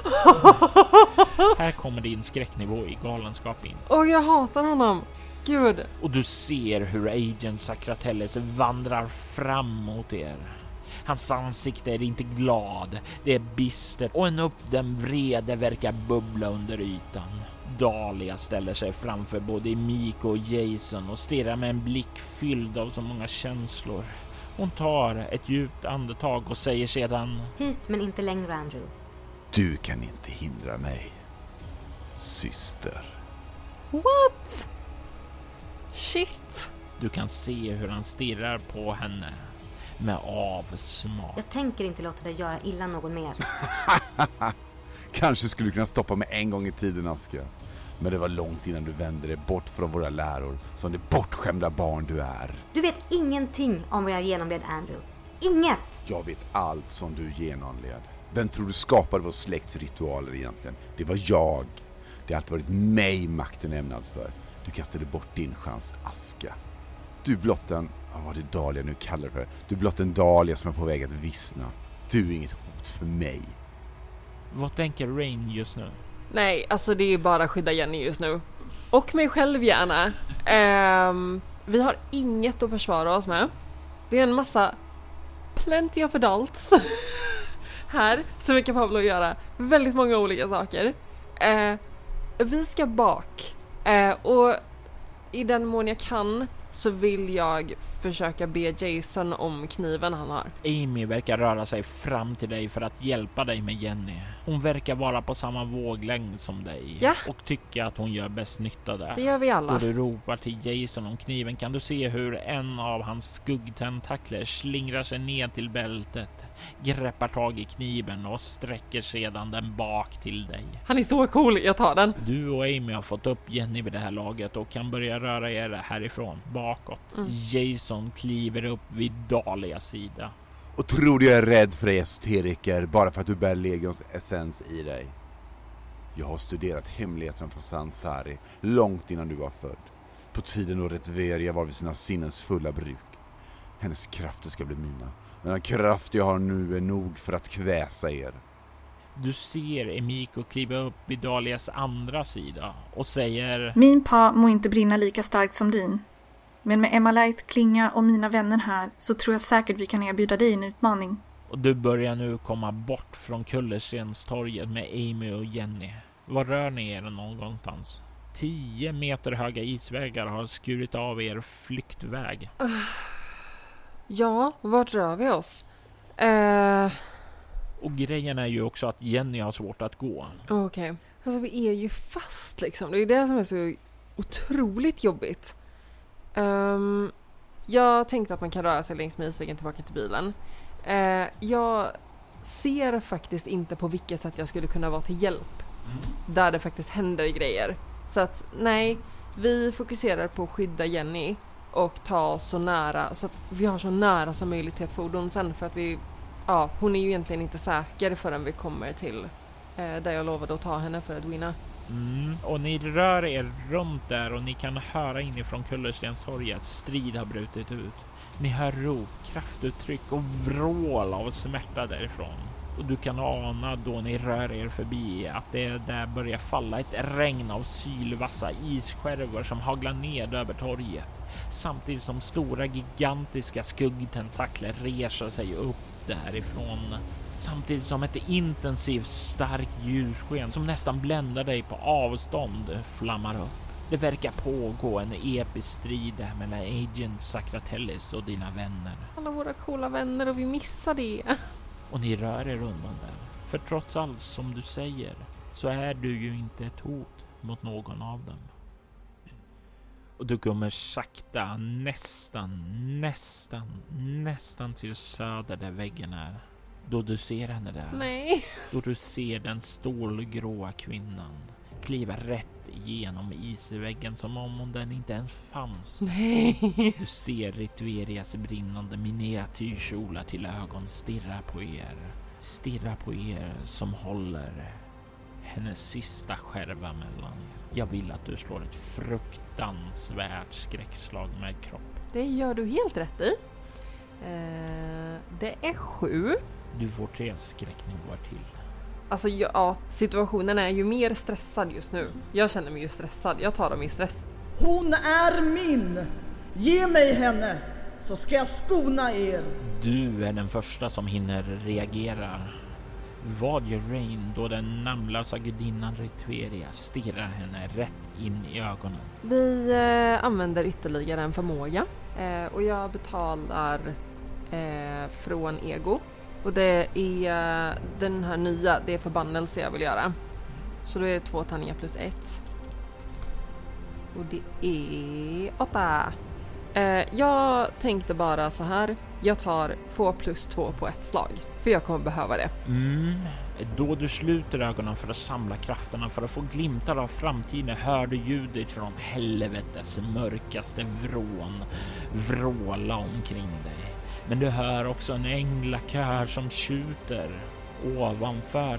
Här kommer din skräcknivå i galenskap in. Åh, jag hatar honom. Gud. Och du ser hur Agent Sakratellis vandrar fram mot er. Hans ansikte är inte glad, det är bistert och en uppdämd vrede verkar bubbla under ytan. Dahlia ställer sig framför både Emiko och Jason och stirrar med en blick fylld av så många känslor. Hon tar ett djupt andetag och säger sedan: Hit men inte längre, Andrew. Du kan inte hindra mig, syster. What? Shit. Du kan se hur han stirrar på henne med avsmak. Jag tänker inte låta dig göra illa någon mer. Kanske skulle du kunna stoppa mig en gång i tiden, Aska. Men det var långt innan du vände dig bort från våra läror som det bortskämda barn du är. Du vet ingenting om vad jag genomled, Andrew. Inget! Jag vet allt som du genomled. Vem tror du skapade vår släkts ritualer egentligen? Det var jag. Det har alltid varit mig makten ämnad för. Du kastade bort din chans, Aska. Du är blott en, vad oh, det Dahlia nu kallar det för. Du är blott en Dahlia som är på väg att vissna. Du är inget hot för mig. Vad tänker Rain just nu? Nej, alltså det är bara skydda Jenny just nu. Och mig själv gärna. Um, vi har inget att försvara oss med. Det är en massa plenty of adults här som är kapabla att göra väldigt många olika saker. Uh, vi ska bak. Uh, och i den mån jag kan så vill jag försöka be Jason om kniven han har. Amy verkar röra sig fram till dig för att hjälpa dig med Jenny. Hon verkar vara på samma våglängd som dig. Ja. Och tycker att hon gör bäst nytta där. Det gör vi alla. Då du ropar till Jason om kniven kan du se hur en av hans skuggtentakler slingrar sig ner till bältet, greppar tag i kniven och sträcker sedan den bak till dig. Han är så cool, jag tar den. Du och Amy har fått upp Jenny vid det här laget och kan börja röra er härifrån, bakåt. Mm. Jason kliver upp vid Dahlias sida. Och tror du jag är rädd för dig, esoteriker, bara för att du bär Legions essens i dig? Jag har studerat hemligheterna från Sansari långt innan du var född. På tiden då Ritveria var vid sina sinnens fulla bruk. Hennes krafter ska bli mina. Men den kraft jag har nu är nog för att kväsa er. Du ser Emiko kliva upp vid Dahlias andra sida och säger: Min pa må inte brinna lika starkt som din. Men med Emma Light, Klinga och mina vänner här så tror jag säkert vi kan erbjuda dig en utmaning. Och du börjar nu komma bort från Kullerstenstorget med Amy och Jenny. Var rör ni er någonstans? Tio meter höga isvägar har skurit av er flyktväg. Uh, ja, vart rör vi oss? Uh... Och grejen är ju också att Jenny har svårt att gå. Okej. Okay. Alltså vi är ju fast liksom. Det är det som är så otroligt jobbigt. Um, jag tänkte att man kan röra sig längs med isvägen tillbaka till bilen. Uh, jag ser faktiskt inte på vilket sätt jag skulle kunna vara till hjälp. Mm. Där det faktiskt händer grejer. Så att nej, vi fokuserar på att skydda Jenny och ta oss så nära, så att vi har så nära som möjligt till ett fordon sen, för att vi, ja, hon är ju egentligen inte säker förrän vi kommer till eh, där jag lovade att ta henne för att vinna. Mm. Och ni rör er runt där och ni kan höra inifrån Kullerstenstorget strid har brutit ut. Ni hör rop, kraftuttryck och vrål av smärta därifrån. Och du kan ana då ni rör er förbi att det där börjar falla ett regn av sylvassa isskärvor som haglar ned över torget. Samtidigt som stora gigantiska skuggtentakler reser sig upp därifrån. Samtidigt som ett intensivt starkt ljussken som nästan bländar dig på avstånd flammar upp. Det verkar pågå en episk strid mellan Agent Sakratellis och dina vänner. Alla våra coola vänner, och vi missar det. Och ni rör er undan där. För trots allt som du säger så är du ju inte ett hot mot någon av dem. Och du kommer sakta nästan, nästan, nästan till söder där väggen är. Då du ser henne där. Nej. Då du ser den stålgråa kvinnan kliva rätt igenom isväggen som om den inte ens fanns. Nej. Du ser Ritverias brinnande miniatyrkjolar till ögon stirra på er. Stirra på er som håller hennes sista skärva mellan er. Jag vill att du slår ett fruktansvärt skräckslag med kropp. Det gör du helt rätt i. Eh, det är sju. Du får tre skräcknivåer till. Alltså ja, situationen är ju mer stressad just nu. Jag känner mig ju stressad. Jag tar dem i stress. Hon är min! Ge mig henne, så ska jag skona er. Du är den första som hinner reagera. Vad gör Rain då den namnlösa gudinnan Ritveria stirrar henne rätt in i ögonen? Vi eh, använder ytterligare en förmåga. Eh, och jag betalar eh, från ego. Och det är uh, den här nya, det är förbannelse jag vill göra. Så då är det två tärningar plus ett. Och det är åtta. Uh, jag tänkte bara så här. Jag tar två plus två på ett slag. För jag kommer behöva det. Mm. Då du sluter ögonen för att samla krafterna för att få glimtar av framtiden hör du ljudet från helvetes mörkaste vrån vråla omkring dig. Men du hör också en änglakör som tjuter ovanför dig.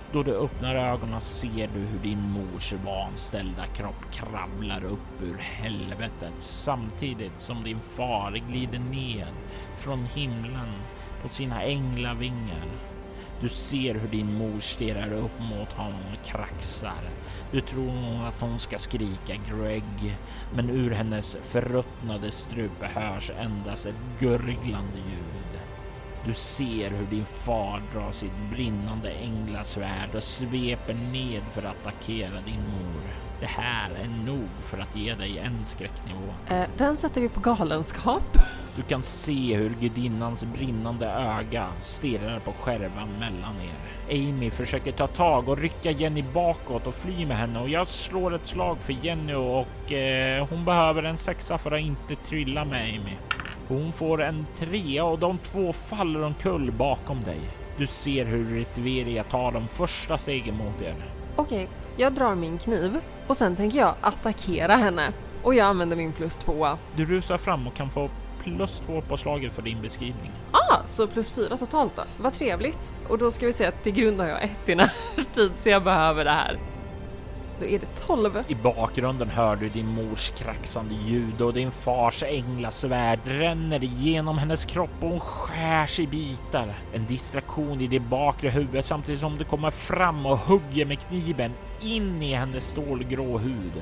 Då du öppnar ögonen ser du hur din mors vanställda kropp kravlar upp ur helvetet samtidigt som din far glider ned från himlen på sina änglavingar. Du ser hur din mor stirrar upp mot honom och kraxar. Du tror nog att hon ska skrika Greg, men ur hennes förruttnade strupe hörs endast ett gurglande ljud. Du ser hur din far drar sitt brinnande änglasvärd och sveper ned för att attackera din mor. Det här är nog för att ge dig en skräcknivå. Eh, den sätter vi på galenskap. Du kan se hur gudinnans brinnande öga stirrar på skärvan mellan er. Amy försöker ta tag och rycka Jenny bakåt och fly med henne och jag slår ett slag för Jenny och eh, hon behöver en sexa för att inte trilla med Amy. Hon får en trea och de två faller omkull bakom dig. Du ser hur Ritveria tar de första stegen mot er. Okej, jag drar min kniv och sen tänker jag attackera henne. Och jag använder min plus tvåa. Du rusar fram och kan få plus två på slaget för din beskrivning. Ah, så plus fyra totalt då. Vad trevligt. Och då ska vi se att till grund har jag ett i närstrid så jag behöver det här. Då är det tolv. I bakgrunden hör du din mors kraxande ljud och din fars änglasvärd ränner igenom hennes kropp och hon skärs i bitar. En distraktion i det bakre huvudet samtidigt som du kommer fram och hugger med kniven in i hennes stålgrå hud.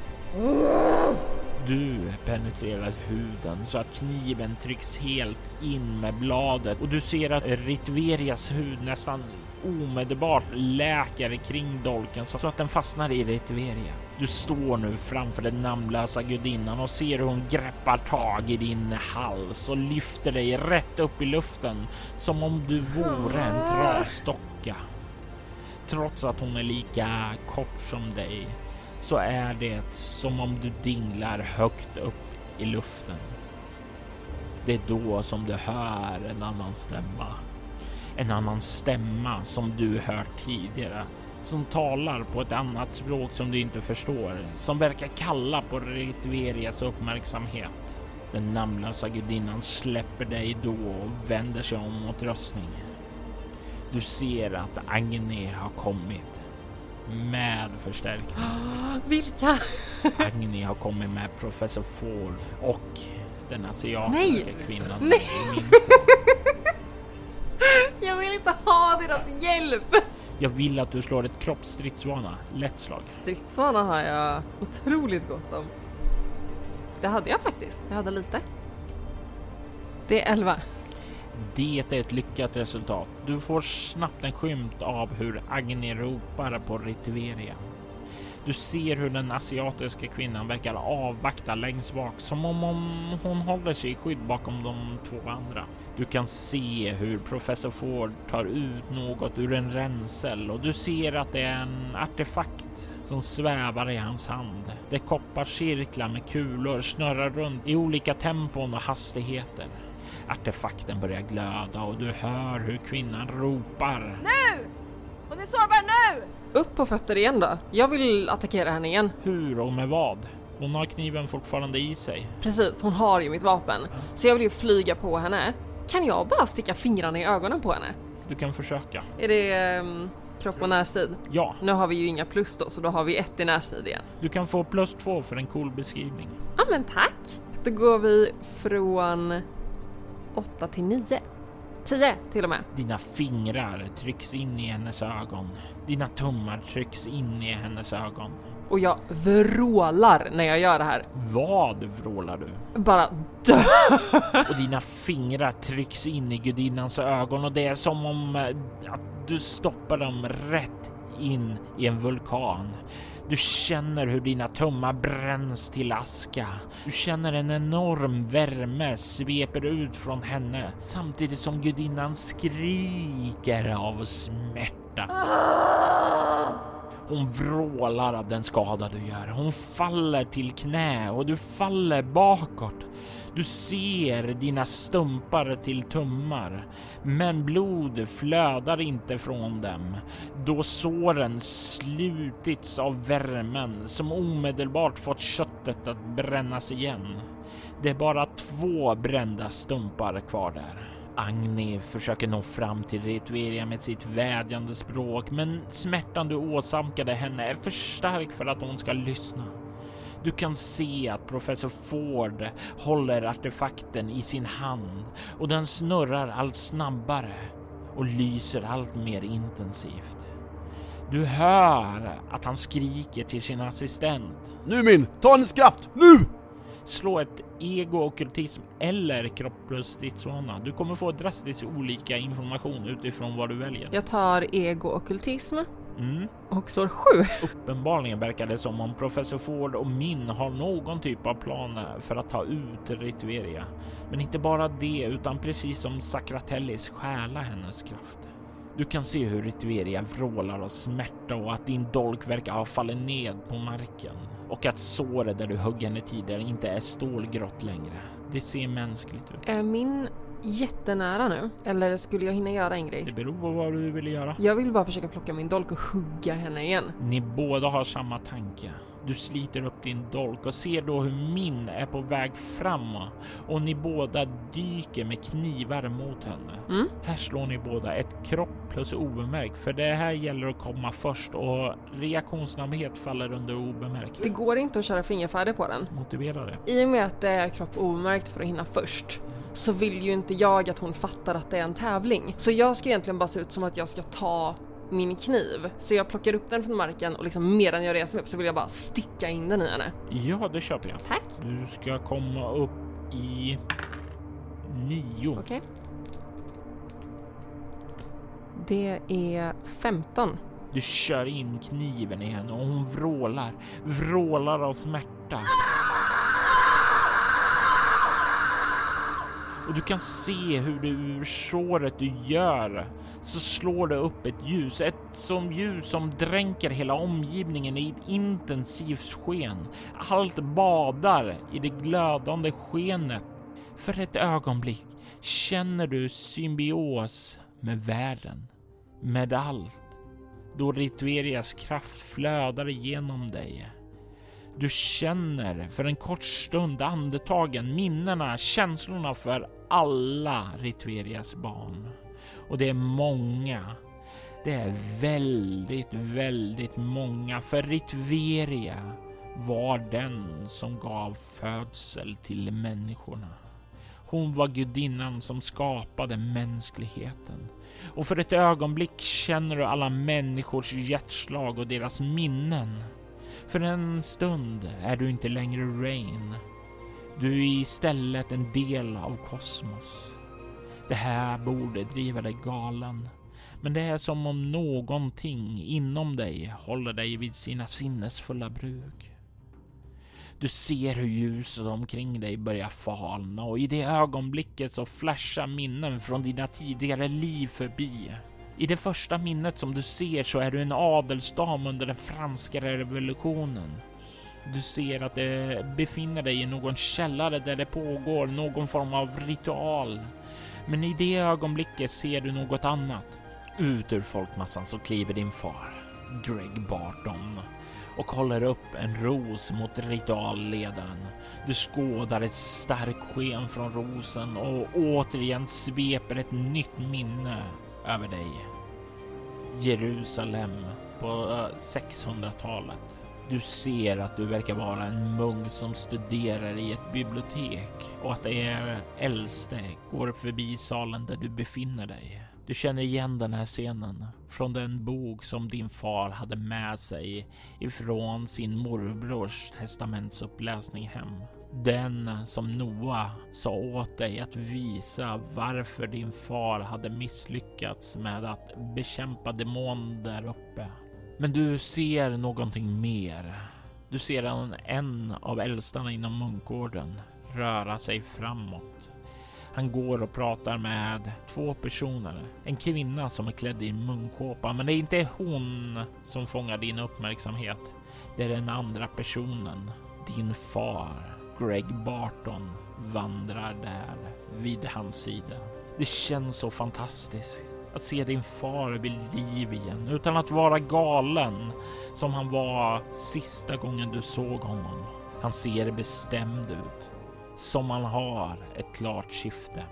Du penetrerar huden så att kniven trycks helt in med bladet och du ser att Ritverias hud nästan omedelbart läker kring dolken så att den fastnar i Ritveria. Du står nu framför den namnlösa gudinnan och ser hur hon greppar tag i din hals och lyfter dig rätt upp i luften som om du vore en trastocka. Trots att hon är lika kort som dig så är det som om du dinglar högt upp i luften. Det är då som du hör en annan stämma. En annan stämma som du hört tidigare. Som talar på ett annat språk som du inte förstår. Som verkar kalla på Ritverias uppmärksamhet. Den namnlösa gudinnan släpper dig då och vänder sig om mot röstning. Du ser att Agni har kommit. Med förstärkning. Vilka? Agni har kommit med professor Ford och den asiatiska Nej. kvinnan. Nej. Jag vill inte ha deras hjälp. Jag vill att du slår ett kroppsstridsvana. Lätt slag. Stridsvana har jag otroligt gott om. Det hade jag faktiskt. Jag hade lite. Det är elva. Det är ett lyckat resultat. Du får snabbt en skymt av hur Agni ropar på Ritveria. Du ser hur den asiatiska kvinnan verkar avvakta längst bak som om hon håller sig i skydd bakom de två andra. Du kan se hur professor Ford tar ut något ur en ränsel och du ser att det är en artefakt som svävar i hans hand. Det kopparcirklar med kulor snurrar runt i olika tempon och hastigheter. Artefakten börjar glöda och du hör hur kvinnan ropar. Nu! Hon är sårbar nu! Upp på fötter igen då. Jag vill attackera henne igen. Hur och med vad? Hon har kniven fortfarande i sig. Precis, hon har ju mitt vapen. Så jag vill ju flyga på henne. Kan jag bara sticka fingrarna i ögonen på henne? Du kan försöka. Är det um, kropp och närstrid? Ja. Nu har vi ju inga plus då, så då har vi ett i närstrid igen. Du kan få plus två för en cool beskrivning. Ja, men tack. Då går vi från åtta till nio. tio till och med. Dina fingrar trycks in i hennes ögon. Dina tummar trycks in i hennes ögon. Och jag vrålar när jag gör det här. Vad vrålar du? Bara dö! Och dina fingrar trycks in i gudinnans ögon och det är som om att du stoppar dem rätt in i en vulkan. Du känner hur dina tummar bränns till aska. Du känner en enorm värme sveper ut från henne samtidigt som gudinnan skriker av smärta. Hon vrålar av den skada du gör. Hon faller till knä och du faller bakåt. Du ser dina stumpar till tummar, men blod flödar inte från dem då såren slutits av värmen som omedelbart fått köttet att brännas igen. Det är bara två brända stumpar kvar där. Agni försöker nå fram till Ritveria med sitt vädjande språk, men smärtan du åsamkade henne är för stark för att hon ska lyssna. Du kan se att professor Ford håller artefakten i sin hand och den snurrar allt snabbare och lyser allt mer intensivt. Du hör att han skriker till sin assistent. Nu min, ta hennes kraft, nu! Slå ett ego-okkultism eller kropp plus stridsvana. Du kommer få drastiskt olika information utifrån vad du väljer. Jag tar ego-okkultism. Mm. Och slår sju. Uppenbarligen verkar det som om professor Ford och Min har någon typ av planer för att ta ut Ritveria. Men inte bara det, utan precis som Sakratellis stjäla hennes kraft. Du kan se hur Ritveria vrålar av smärta och att din dolk verkar ha fallit ned på marken. Och att såret där du högg henne tidigare inte är stålgrått längre. Det ser mänskligt ut. Är min jättenära nu? Eller skulle jag hinna göra en grej? Det beror på vad du vill göra. Jag vill bara försöka plocka min dolk och hugga henne igen. Ni båda har samma tanke. Du sliter upp din dolk och ser då hur Min är på väg framåt. Och ni båda dyker med knivar mot henne. Mm. Här slår ni båda ett kropp plus obemärkt. För det här gäller att komma först och reaktionssnabbhet faller under obemärkt. Det går inte att köra fingerfärdig på den. Motivera det. I och med att det är kropp obemärkt för att hinna först, så vill ju inte jag att hon fattar att det är en tävling. Så jag ska egentligen bara se ut som att jag ska ta min kniv. Så jag plockar upp den från marken och liksom medan jag reser mig upp så vill jag bara sticka in den i henne. Ja, det köper jag. Tack. Du ska komma upp i nio. Okej. Okay. Det är femton. Du kör in kniven i henne och hon vrålar. Vrålar av smärta. Och du kan se hur du ur såret du gör så slår det upp ett ljus. Ett som ljus som dränker hela omgivningen i ett intensivt sken. Allt badar i det glödande skenet. För ett ögonblick känner du symbios med världen. Med allt. Då Ritverias kraft flödar igenom dig. Du känner för en kort stund andetagen, minnena, känslorna för alla Ritverias barn. Och det är många. Det är väldigt, väldigt många. För Ritveria var den som gav födsel till människorna. Hon var gudinnan som skapade mänskligheten. Och för ett ögonblick känner du alla människors hjärtslag och deras minnen. För en stund är du inte längre Rain. Du är istället en del av kosmos. Det här borde driva dig galen. Men det är som om någonting inom dig håller dig vid sina sinnesfulla bruk. Du ser hur ljuset omkring dig börjar falna och i det ögonblicket så flashar minnen från dina tidigare liv förbi. I det första minnet som du ser så är du en adelsdam under den franska revolutionen. Du ser att det befinner dig i någon källare där det pågår någon form av ritual. Men i det ögonblicket ser du något annat. Ut ur folkmassan så kliver din far, Greg Barton, och håller upp en ros mot ritualledaren. Du skådar ett starkt sken från rosen och återigen sveper ett nytt minne över dig. Jerusalem på sexhundratalet. Du ser att du verkar vara en munk som studerar i ett bibliotek och att det är äldste går förbi salen där du befinner dig. Du känner igen den här scenen från den bok som din far hade med sig ifrån sin morbrors testamentsuppläsning hem. Den som Noah sa åt dig att visa varför din far hade misslyckats med att bekämpa demon där uppe. Men du ser någonting mer. Du ser en, en av äldstarna inom munkgården röra sig framåt. Han går och pratar med två personer. En kvinna som är klädd i munkåpa, men det är inte hon som fångar din uppmärksamhet. Det är den andra personen, din far. Greg Barton vandrar där vid hans sida. Det känns så fantastiskt att se din far vid liv igen utan att vara galen som han var sista gången du såg honom. Han ser bestämd ut, som han har ett klart syfte.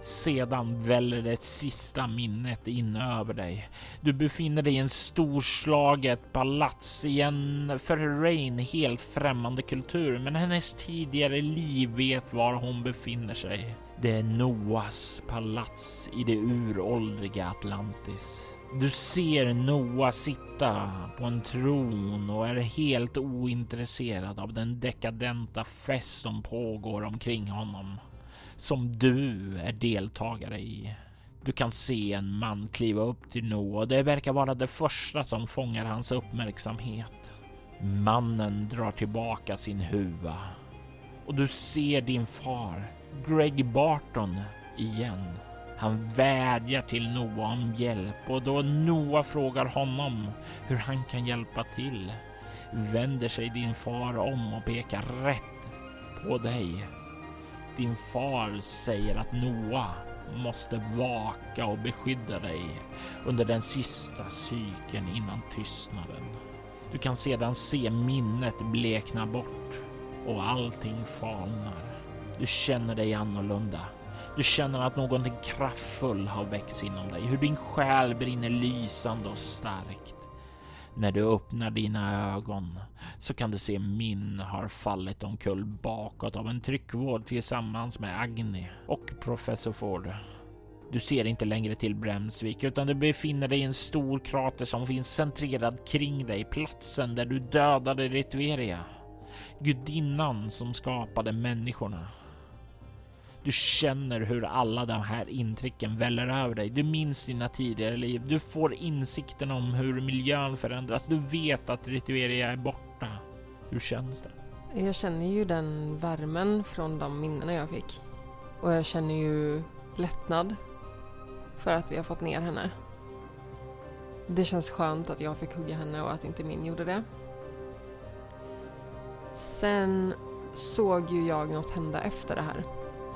Sedan väller det sista minnet in över dig. Du befinner dig i en storslaget palats i en för Rain helt främmande kultur, men hennes tidigare liv vet var hon befinner sig. Det är Noas palats i det uråldriga Atlantis. Du ser Noah sitta på en tron och är helt ointresserad av den dekadenta fest som pågår omkring honom, som du är deltagare i. Du kan se en man kliva upp till Noah och det verkar vara det första som fångar hans uppmärksamhet. Mannen drar tillbaka sin huva och du ser din far, Greg Barton, igen. Han vädjar till Noah om hjälp och då Noah frågar honom hur han kan hjälpa till vänder sig din far om och pekar rätt på dig. Din far säger att Noah måste vaka och beskydda dig under den sista cykeln innan tystnaden. Du kan sedan se minnet blekna bort och allting falnar. Du känner dig annorlunda. Du känner att någonting kraftfull har växt inom dig. Hur din själ brinner lysande och starkt. När du öppnar dina ögon så kan du se Min har fallit omkull bakåt av en tryckvåg tillsammans med Agni och professor Ford. Du ser inte längre till Bremsvik utan du befinner dig i en stor krater som finns centrerad kring dig. Platsen där du dödade Ritveria. Gudinnan som skapade människorna. Du känner hur alla de här intrycken väller över dig. Du minns dina tidigare liv. Du får insikten om hur miljön förändras. Du vet att Ritveria är borta. Hur känns det? Jag känner ju den värmen från de minnena jag fick. Och jag känner ju lättnad för att vi har fått ner henne. Det känns skönt att jag fick hugga henne och att inte Min gjorde det. Sen såg ju jag något hända efter det här.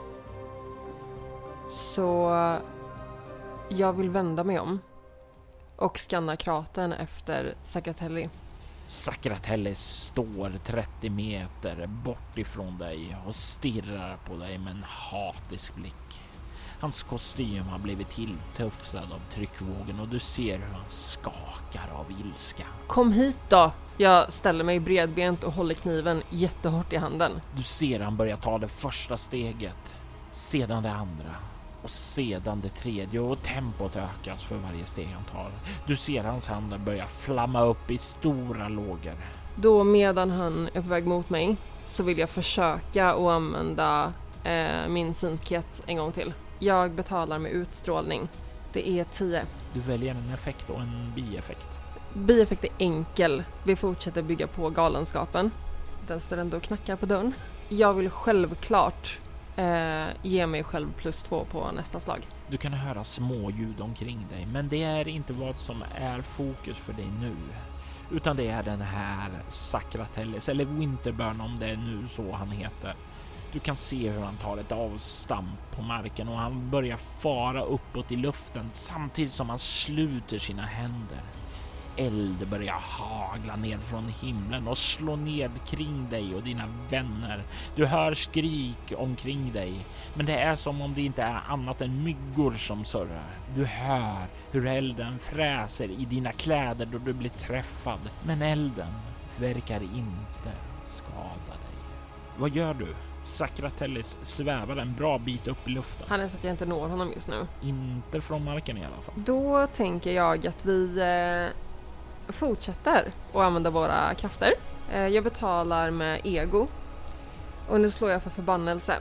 Så jag vill vända mig om och skanna kratern efter Sakratelli. Sakratelli står trettio meter bort ifrån dig och stirrar på dig med en hatisk blick. Hans kostym har blivit tilltufsad av tryckvågen och du ser hur han skakar av ilska. Kom hit då! Jag ställer mig bredbent och håller kniven jättehårt i handen. Du ser han börja ta det första steget, sedan det andra och sedan det tredje och tempot ökas för varje steg han tar. Du ser hans händer börja flamma upp i stora lågor. Då medan han är på väg mot mig så vill jag försöka att använda eh, min synskhet en gång till. Jag betalar med utstrålning. Det är tio. Du väljer en effekt och en bieffekt. Bieffekt är enkel. Vi fortsätter bygga på galenskapen. Den står ändå och knackar på dörren. Jag vill självklart eh, ge mig själv plus två på nästa slag. Du kan höra små ljud omkring dig, men det är inte vad som är fokus för dig nu. Utan det är den här Sakratellis, eller Winterburn om det är nu så han heter. Du kan se hur han tar ett avstamp på marken och han börjar fara uppåt i luften samtidigt som han sluter sina händer. Eld börjar hagla ned från himlen och slå ned kring dig och dina vänner. Du hör skrik omkring dig, men det är som om det inte är annat än myggor som surrar. Du hör hur elden fräser i dina kläder då du blir träffad, men elden verkar inte skada dig. Vad gör du? Sakratellis svävar en bra bit upp i luften. Han är så att jag inte når honom just nu. Inte från marken i alla fall. Då tänker jag att vi eh, fortsätter att använda våra krafter. Eh, jag betalar med ego. Och nu slår jag för förbannelse.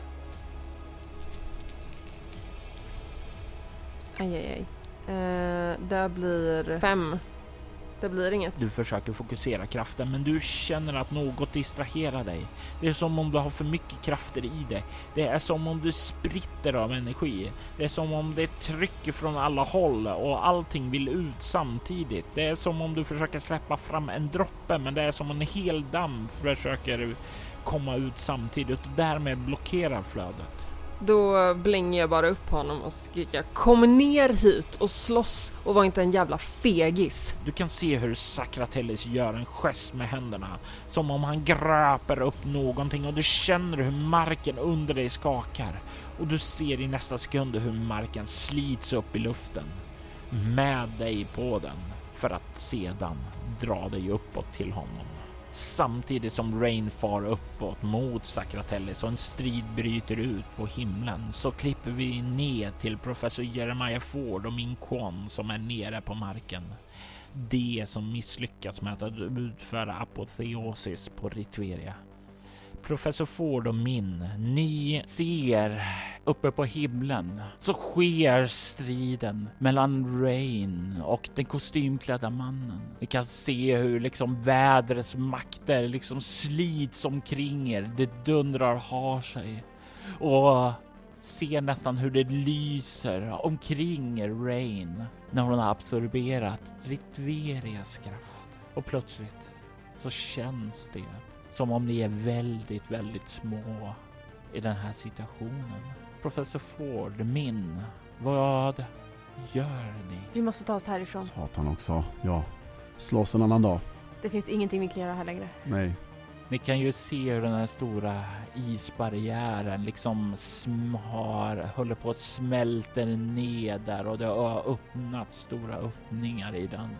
Aj, aj, aj. Eh, det blir fem. Det blir inget. Du försöker fokusera kraften, men du känner att något distraherar dig. Det är som om du har för mycket krafter i dig. Det är som om du spritter av energi. Det är som om det trycker från alla håll och allting vill ut samtidigt. Det är som om du försöker släppa fram en droppe, men det är som om en hel damm försöker komma ut samtidigt och därmed blockerar flödet. Då blänger jag bara upp honom och skriker: kom ner hit och slåss och var inte en jävla fegis. Du kan se hur Sakratellis gör en gest med händerna, som om han gröper upp någonting, och du känner hur marken under dig skakar. Och du ser i nästa sekund hur marken slits upp i luften med dig på den, för att sedan dra dig uppåt till honom. Samtidigt som Rain far uppåt mot Sakratellis och en strid bryter ut på himlen, så klipper vi ner till professor Jeremiah Ford och Min Kwon som är nere på marken. Det som misslyckats med att utföra apoteosis på Ritveria. Professor Ford och Min, ni ser uppe på himlen så sker striden mellan Rain och den kostymklädda mannen. Ni kan se hur liksom vädrets makter liksom slits omkring er. Det dundrar har sig och ser nästan hur det lyser omkring Rain när hon har absorberat Ritverias kraft. Och plötsligt så känns det som om ni är väldigt, väldigt små i den här situationen. Professor Ford, Min, vad gör ni? Vi måste ta oss härifrån. Satan också, ja. Slåss en annan dag. Det finns ingenting vi kan göra här längre. Nej. Ni kan ju se hur den här stora isbarriären liksom sm- har, håller på att smälta ner där, och det har öppnat stora öppningar i den.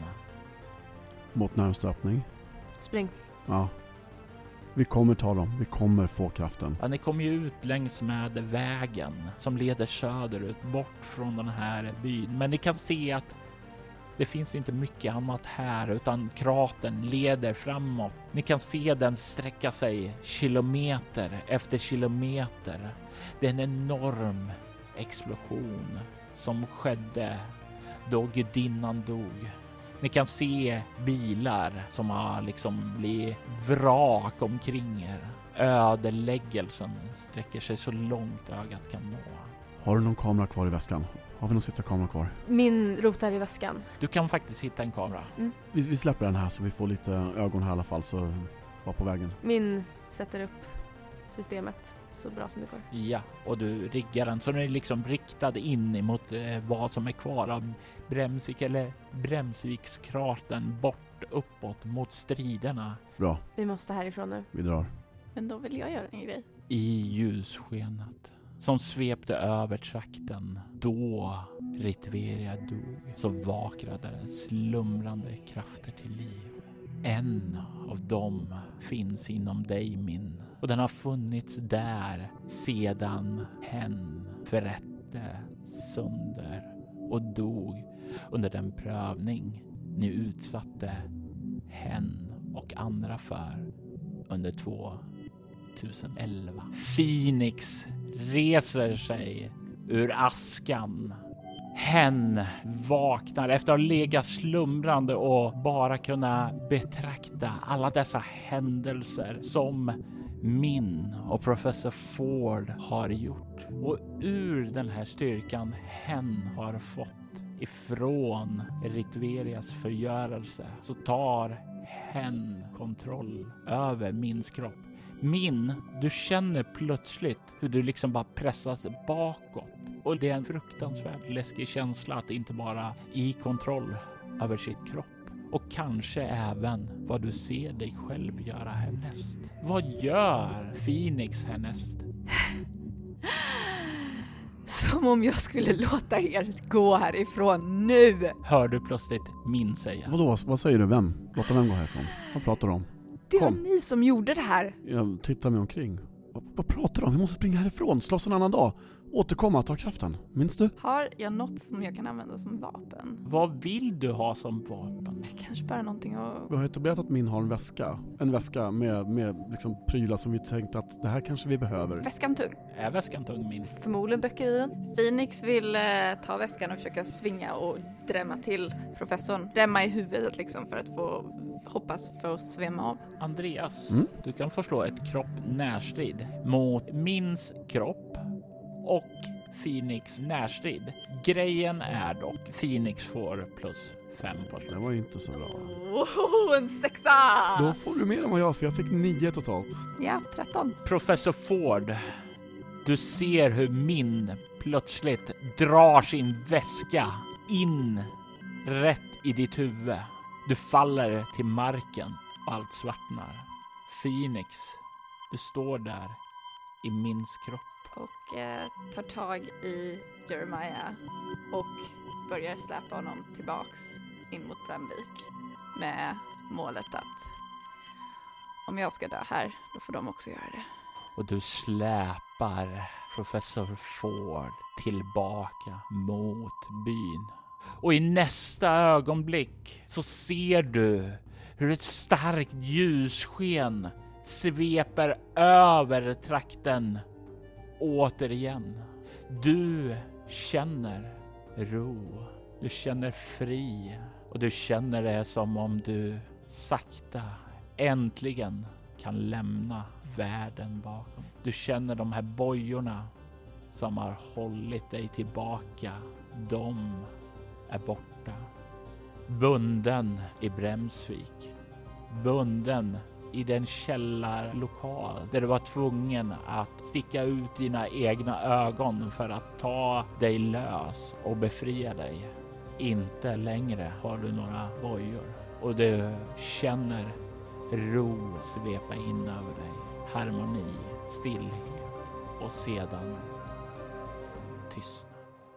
Mot närmsta öppning. Spring. Ja. Vi kommer ta dem. Vi kommer få kraften. Ja, ni kommer ju ut längs med vägen som leder söderut, bort från den här byn. Men ni kan se att det finns inte mycket annat här, utan kratern leder framåt. Ni kan se den sträcka sig kilometer efter kilometer. Det är en enorm explosion som skedde då gudinnan dog. Ni kan se bilar som har liksom blivit vrak omkring er. Ödeläggelsen sträcker sig så långt ögat kan nå. Har du någon kamera kvar i väskan? Har vi någon sista kamera kvar? Min rotar i väskan. Du kan faktiskt hitta en kamera. Mm. Vi, vi släpper den här så vi får lite ögon här i alla fall, så var på vägen. Min sätter upp systemet så bra som det går. Ja, och du riggar den så den är liksom riktad in emot eh, vad som är kvar av Bremsvik eller Bremsvikskratern, bort uppåt mot striderna. Bra. Vi måste härifrån nu. Vi drar. Men då vill jag göra en grej. I ljusskenet som svepte över trakten då Ritveria dog, så vakrade slumrande krafter till liv. En av dem finns inom dig, Min, och den har funnits där sedan hen förrätte sönder och dog under den prövning ni utsatte hen och andra för under tjugoelva. Phoenix reser sig ur askan. Hen vaknar efter att ha legat slumrande och bara kunna betrakta alla dessa händelser som Min och professor Ford har gjort. Och ur den här styrkan hen har fått ifrån Ritverias förgörelse, så tar hen kontroll över Mins kropp. Min, du känner plötsligt hur du liksom bara pressas bakåt. Och det är en fruktansvärt läskig känsla att inte vara i kontroll över sitt kropp. Och kanske även vad du ser dig själv göra härnäst. Vad gör Phoenix härnäst? Som om jag skulle låta er gå härifrån nu. Hör du plötsligt Min säga. Vadå, vad säger du? Vem? Låta vem gå härifrån? Vad pratar du om? Det var Kom. ni som gjorde det här. Jag tittar mig omkring. Vad, vad pratar du om? Vi måste springa härifrån. Slåss en annan dag. Återkomma, ta kraften. Minns du? Har jag något som jag kan använda som vapen? Vad vill du ha som vapen? Kanske bara någonting att... Vi har etablerat att Min har en väska. En väska med, med liksom prylar som vi tänkte att det här kanske vi behöver. Väskan tung. Är väskan tung, Min? Förmodligen böcker i den. Phoenix vill eh, ta väskan och försöka svinga och drämma till professorn. Drämma i huvudet liksom för att få hoppas för att svämma av. Andreas, Mm? du kan förslå ett kropp närstrid mot Mins kropp och Phoenix närstrid. Grejen är dock Phoenix får plus fem på Det var ju inte så bra. Oh, en sexa! Då får du mer än vad jag, för jag fick nio totalt. Ja, tretton. Professor Ford, Du ser hur Min plötsligt drar sin väska in rätt i ditt huvud. Du faller till marken och allt svartnar. Phoenix, du står där i Mins kropp. Och eh, tar tag i Jeremiah och börjar släpa honom tillbaks in mot Brännvik med målet att om jag ska dö här, då får de också göra det. Och du släpar professor Ford tillbaka mot byn. Och i nästa ögonblick så ser du hur ett starkt ljussken sveper över trakten återigen. Du känner ro. Du känner fri. Och du känner det som om du sakta, äntligen kan lämna världen bakom. Du känner de här bojorna som har hållit dig tillbaka. De är borta. Bunden i Bremsvik. Bunden i den källarlokal där du var tvungen att sticka ut dina egna ögon för att ta dig lös och befria dig. Inte längre har du några bojor och du känner ro svepa in över dig. Harmoni, stillhet och sedan tystnad.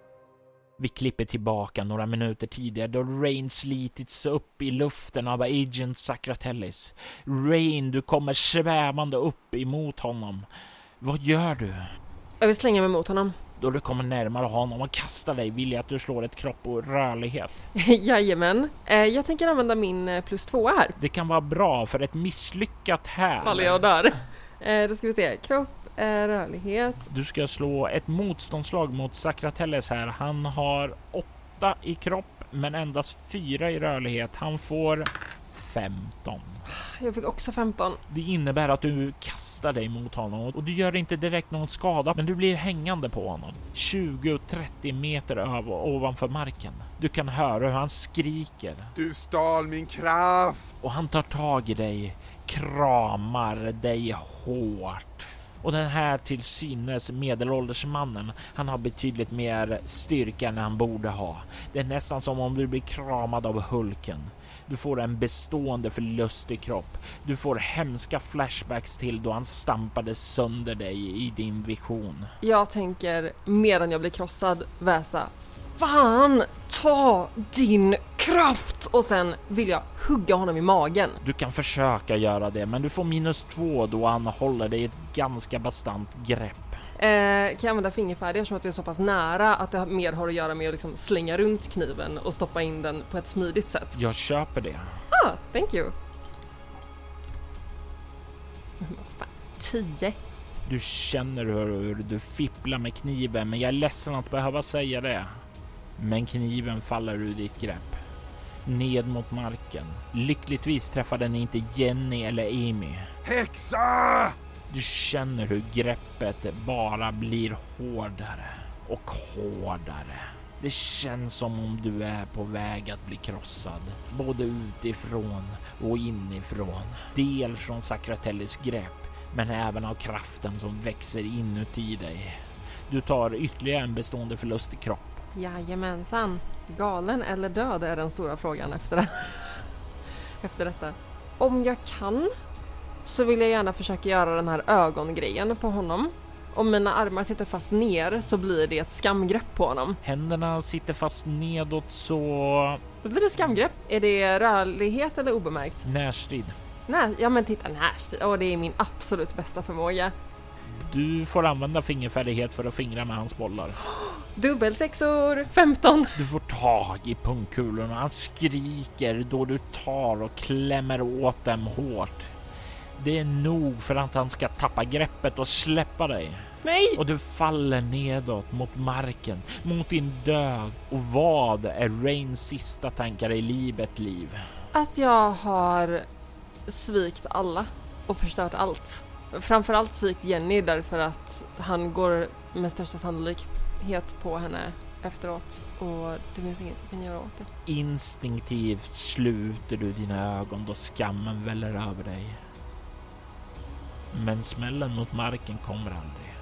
Vi klipper tillbaka några minuter tidigare då Rain slitits upp i luften av Agent Sacratellis. Rain, du kommer svävande upp emot honom. Vad gör du? Jag vill slänga mig mot honom. Då du kommer närmare honom och kastar dig vill jag att du slår ett kropp och rörlighet. Jajamän. Jag tänker använda min plus två här. Det kan vara bra för ett misslyckat här. Faller jag där. Då ska vi se. Kropp, rörlighet. Du ska slå ett motståndslag mot Sacratellis här. Han har åtta i kropp men endast fyra i rörlighet. Han får femton. Jag fick också femton. Det innebär att du kastar dig mot honom och du gör inte direkt någon skada, men du blir hängande på honom tjugo till trettio meter över, ovanför marken. Du kan höra hur han skriker. Du stal min kraft! Och han tar tag i dig, kramar dig hårt. Och den här till synes medelålders mannen, han har betydligt mer styrka än han borde ha. Det är nästan som om du blir kramad av Hulken. Du får en bestående förlust i kropp. Du får hemska flashbacks till då han stampade sönder dig i din vision. Jag tänker, medan jag blir krossad, väsa: fan, ta din kraft! Och sen vill jag hugga honom i magen. Du kan försöka göra det, men du får minus två då han håller dig i ett ganska bastant grepp. Eh, kan jag använda fingerfärdig som att vi är så pass nära att det mer har att göra med att liksom slänga runt kniven och stoppa in den på ett smidigt sätt? Jag köper det. Ah, thank you. Fan, tio. Du känner hur du fipplar med kniven, men jag är ledsen att behöva säga det. Men kniven faller ur ditt grepp. Ned mot marken. Lyckligtvis träffar den inte Jenny eller Amy. Häxa! Du känner hur greppet bara blir hårdare och hårdare. Det känns som om du är på väg att bli krossad. Både utifrån och inifrån. Dels från Sacratellis grepp, men även av kraften som växer inuti dig. Du tar ytterligare en bestående förlust i kropp. Jajamensan. Galen eller död är den stora frågan efter det. efter detta. Om jag kan så vill jag gärna försöka göra den här ögongrejen på honom. Om mina armar sitter fast ner så blir det ett skamgrepp på honom. Händerna sitter fast nedåt så... Vad blir det skamgrepp? Är det rörlighet eller obemärkt? Närstrid. Nej, ja men titta, närstrid. Åh, det är min absolut bästa förmåga. Du får använda fingerfärdighet för att fingra med hans bollar. Dubbelsexor, femton. Du får tag i pungkulorna. Han skriker då du tar och klämmer åt dem hårt. Det är nog för att han ska tappa greppet och släppa dig. Nej! Och du faller nedåt mot marken, mot din död. Och vad är Rains sista tankar i livet, Liv? Att jag har svikt alla och förstört allt. Framförallt svikt Jenny därför att han går med största sannolikhet på henne efteråt. Och det finns inget jag kan göra åt det. Instinktivt sluter du dina ögon då skammen väller över dig. Men smällen mot marken kommer aldrig.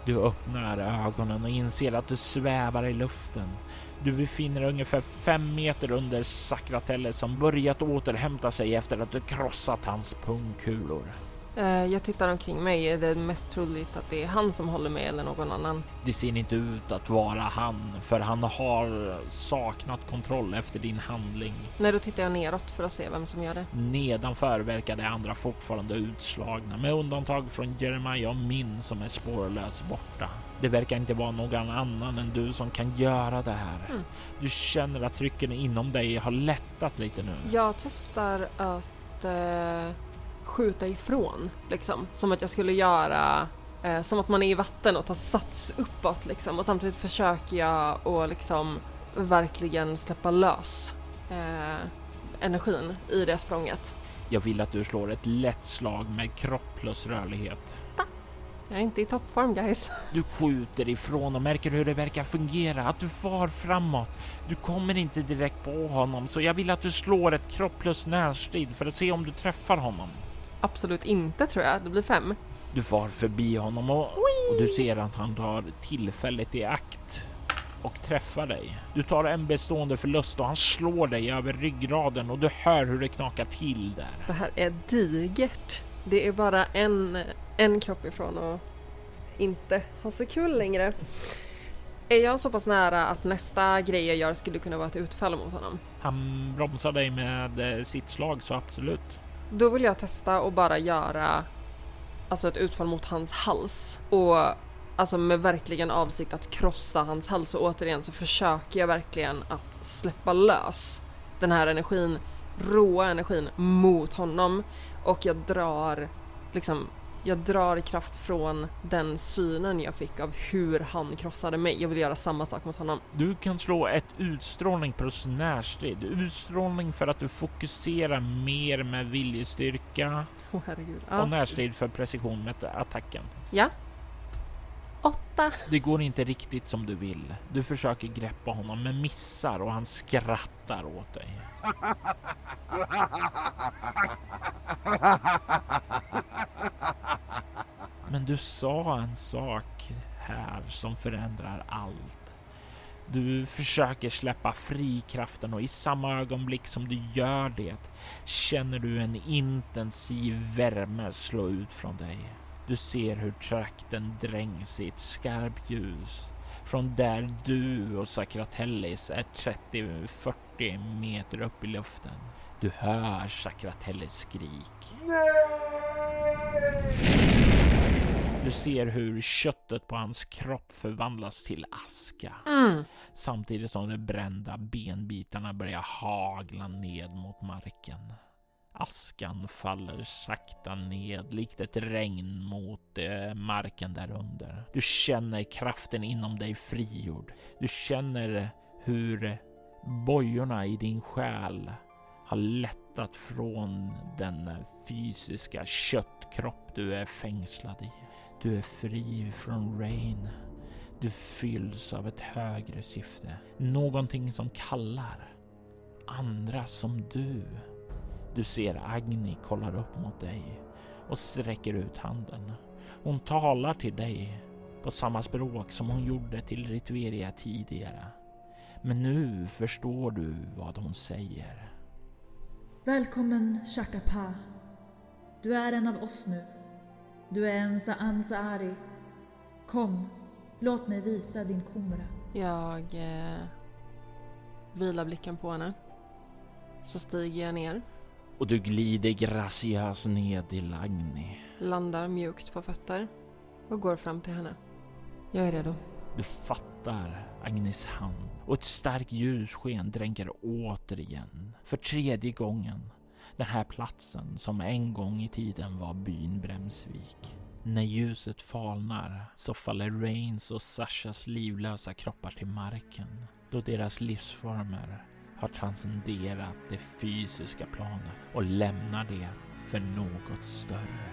Du öppnar ögonen och inser att du svävar i luften. Du befinner dig ungefär fem meter under Sakratelli som börjat återhämta sig efter att du krossat hans pungkulor. Jag tittar omkring mig. Är det mest troligt att det är han som håller med eller någon annan? Det ser inte ut att vara han, för han har saknat kontroll efter din handling. Nej, då tittar jag neråt för att se vem som gör det. Nedanför verkar de andra fortfarande utslagna, med undantag från Jeremiah och Min som är spårlöst borta. Det verkar inte vara någon annan än du som kan göra det här. Mm. Du känner att trycken inom dig har lättat lite nu. Jag testar att... Eh... skjuta ifrån, liksom. Som att jag skulle göra eh, som att man är i vatten och tar sats uppåt, liksom. Och samtidigt försöker jag att liksom verkligen släppa lös eh, energin i det språnget. Jag vill att du slår ett lätt slag med kropp plus rörlighet. Jag är inte i toppform, guys. Du skjuter ifrån och märker hur det verkar fungera. Att du far framåt. Du kommer inte direkt på honom, så jag vill att du slår ett kropp plus närstrid för att se om du träffar honom. Absolut inte, tror jag. Det blir fem. Du far förbi honom och, och du ser att han tar tillfället i akt och träffar dig. Du tar en bestående förlust och han slår dig över ryggraden och du hör hur det knakar till där. Det här är digert. Det är bara en, en kropp ifrån och inte ha så kul längre. Är jag så pass nära att nästa grej jag gör skulle kunna vara ett utfall mot honom? Han bromsar dig med sitt slag, så absolut. Då vill jag testa och bara göra alltså ett utfall mot hans hals. Och alltså med verkligen avsikt att krossa hans hals. Och återigen så försöker jag verkligen att släppa lös den här energin, råa energin mot honom. Och jag drar liksom, jag drar i kraft från den synen jag fick av hur han krossade mig. Jag vill göra samma sak mot honom. Du kan slå ett utstrålning plus närstrid. Utstrålning för att du fokuserar mer med viljestyrka. Åh, herregud. Ja. Och närstrid för precision med attacken. Ja. Åtta. Det går inte riktigt som du vill. Du försöker greppa honom men missar och han skrattar åt dig. Men du sa en sak här som förändrar allt. Du försöker släppa fri kraften och i samma ögonblick som du gör det känner du en intensiv värme slå ut från dig. Du ser hur trakten drängs i ett skarpt ljus från där du och Sakratellis är trettio till fyrtio meter upp i luften. Du hör Sakratellis skrik. Du ser hur köttet på hans kropp förvandlas till aska. Mm. Samtidigt som de brända benbitarna börjar hagla ned mot marken. Askan faller sakta ned likt ett regn mot eh, marken där under. Du känner kraften inom dig frigjord. Du känner hur bojorna i din själ har lättat från den fysiska köttkropp du är fängslad i. Du är fri från Rain. Du fylls av ett högre syfte. Någonting som kallar andra som du. Du ser Agni kollar upp mot dig och sträcker ut handen. Hon talar till dig på samma språk som hon gjorde till Ritveria tidigare. Men nu förstår du vad hon säger. Välkommen Shakapa. Du är en av oss nu. Du är en Ansari. Kom, låt mig visa din kumra. Jag eh, vilar blicken på henne. Så stiger jag ner. Och du glider graciöst ned till Agni. Landar mjukt på fötter och går fram till henne. Jag är redo. Du fattar Agnes hand och ett starkt ljussken dränker återigen för tredje gången den här platsen som en gång i tiden var byn Bremsvik. När ljuset falnar så faller Rains och Sashas livlösa kroppar till marken, då deras livsformer har transcenderat det fysiska planet och lämnar det för något större.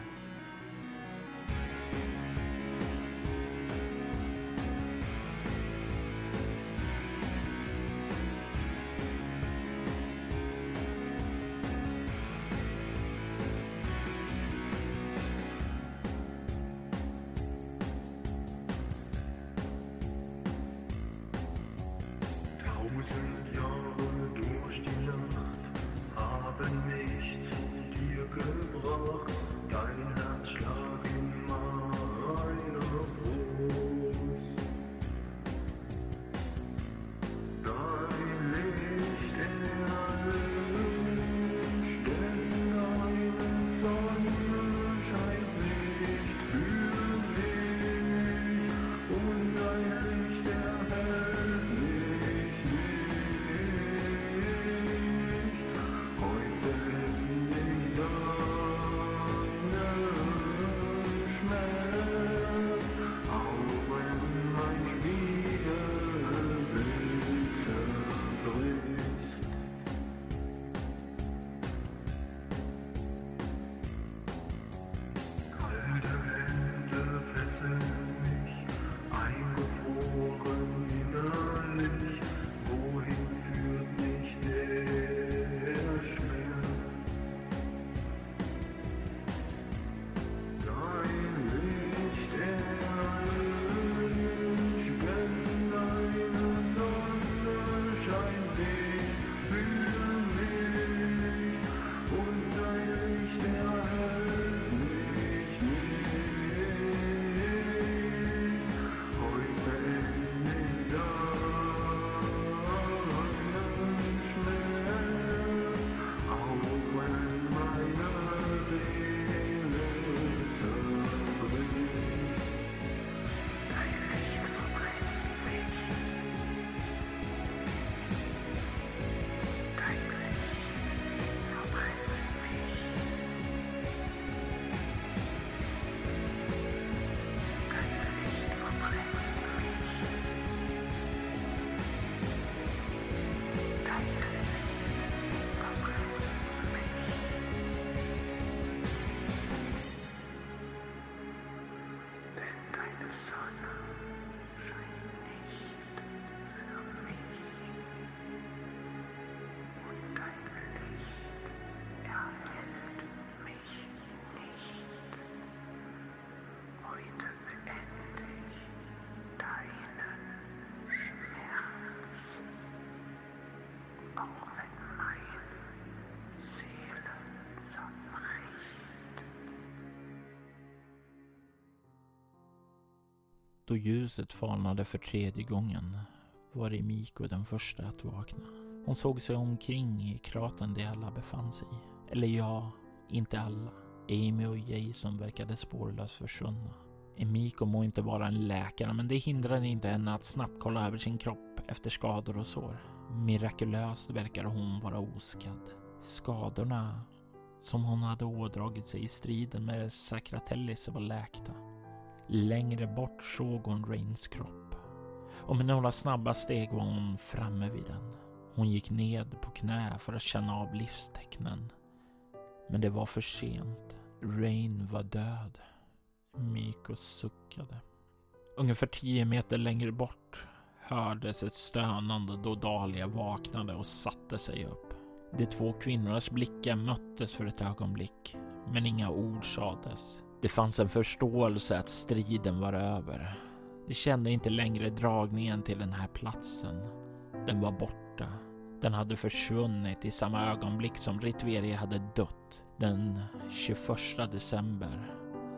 Då ljuset falnade för tredje gången var Emiko den första att vakna. Hon såg sig omkring i kratern där alla befann sig. Eller ja, inte alla. Amy och Jason verkade spårlöst försvunna. Emiko må inte vara en läkare, men det hindrade inte henne att snabbt kolla över sin kropp efter skador och sår. Mirakulöst verkar hon vara oskadd. Skadorna som hon hade ådragit sig i striden med Sacratellis var läkta. Längre bort såg hon Rains kropp. Och med några snabba steg var hon framme vid den. Hon gick ned på knä för att känna av livstecknen. Men det var för sent. Rain var död. Emiko suckade. Ungefär tio meter längre bort hördes ett stönande då Dahlia vaknade och satte sig upp. De två kvinnornas blickar möttes för ett ögonblick, men inga ord sades. Det fanns en förståelse att striden var över. De kände inte längre dragningen till den här platsen. Den var borta. Den hade försvunnit i samma ögonblick som Ritveria hade dött. Den tjugoförsta december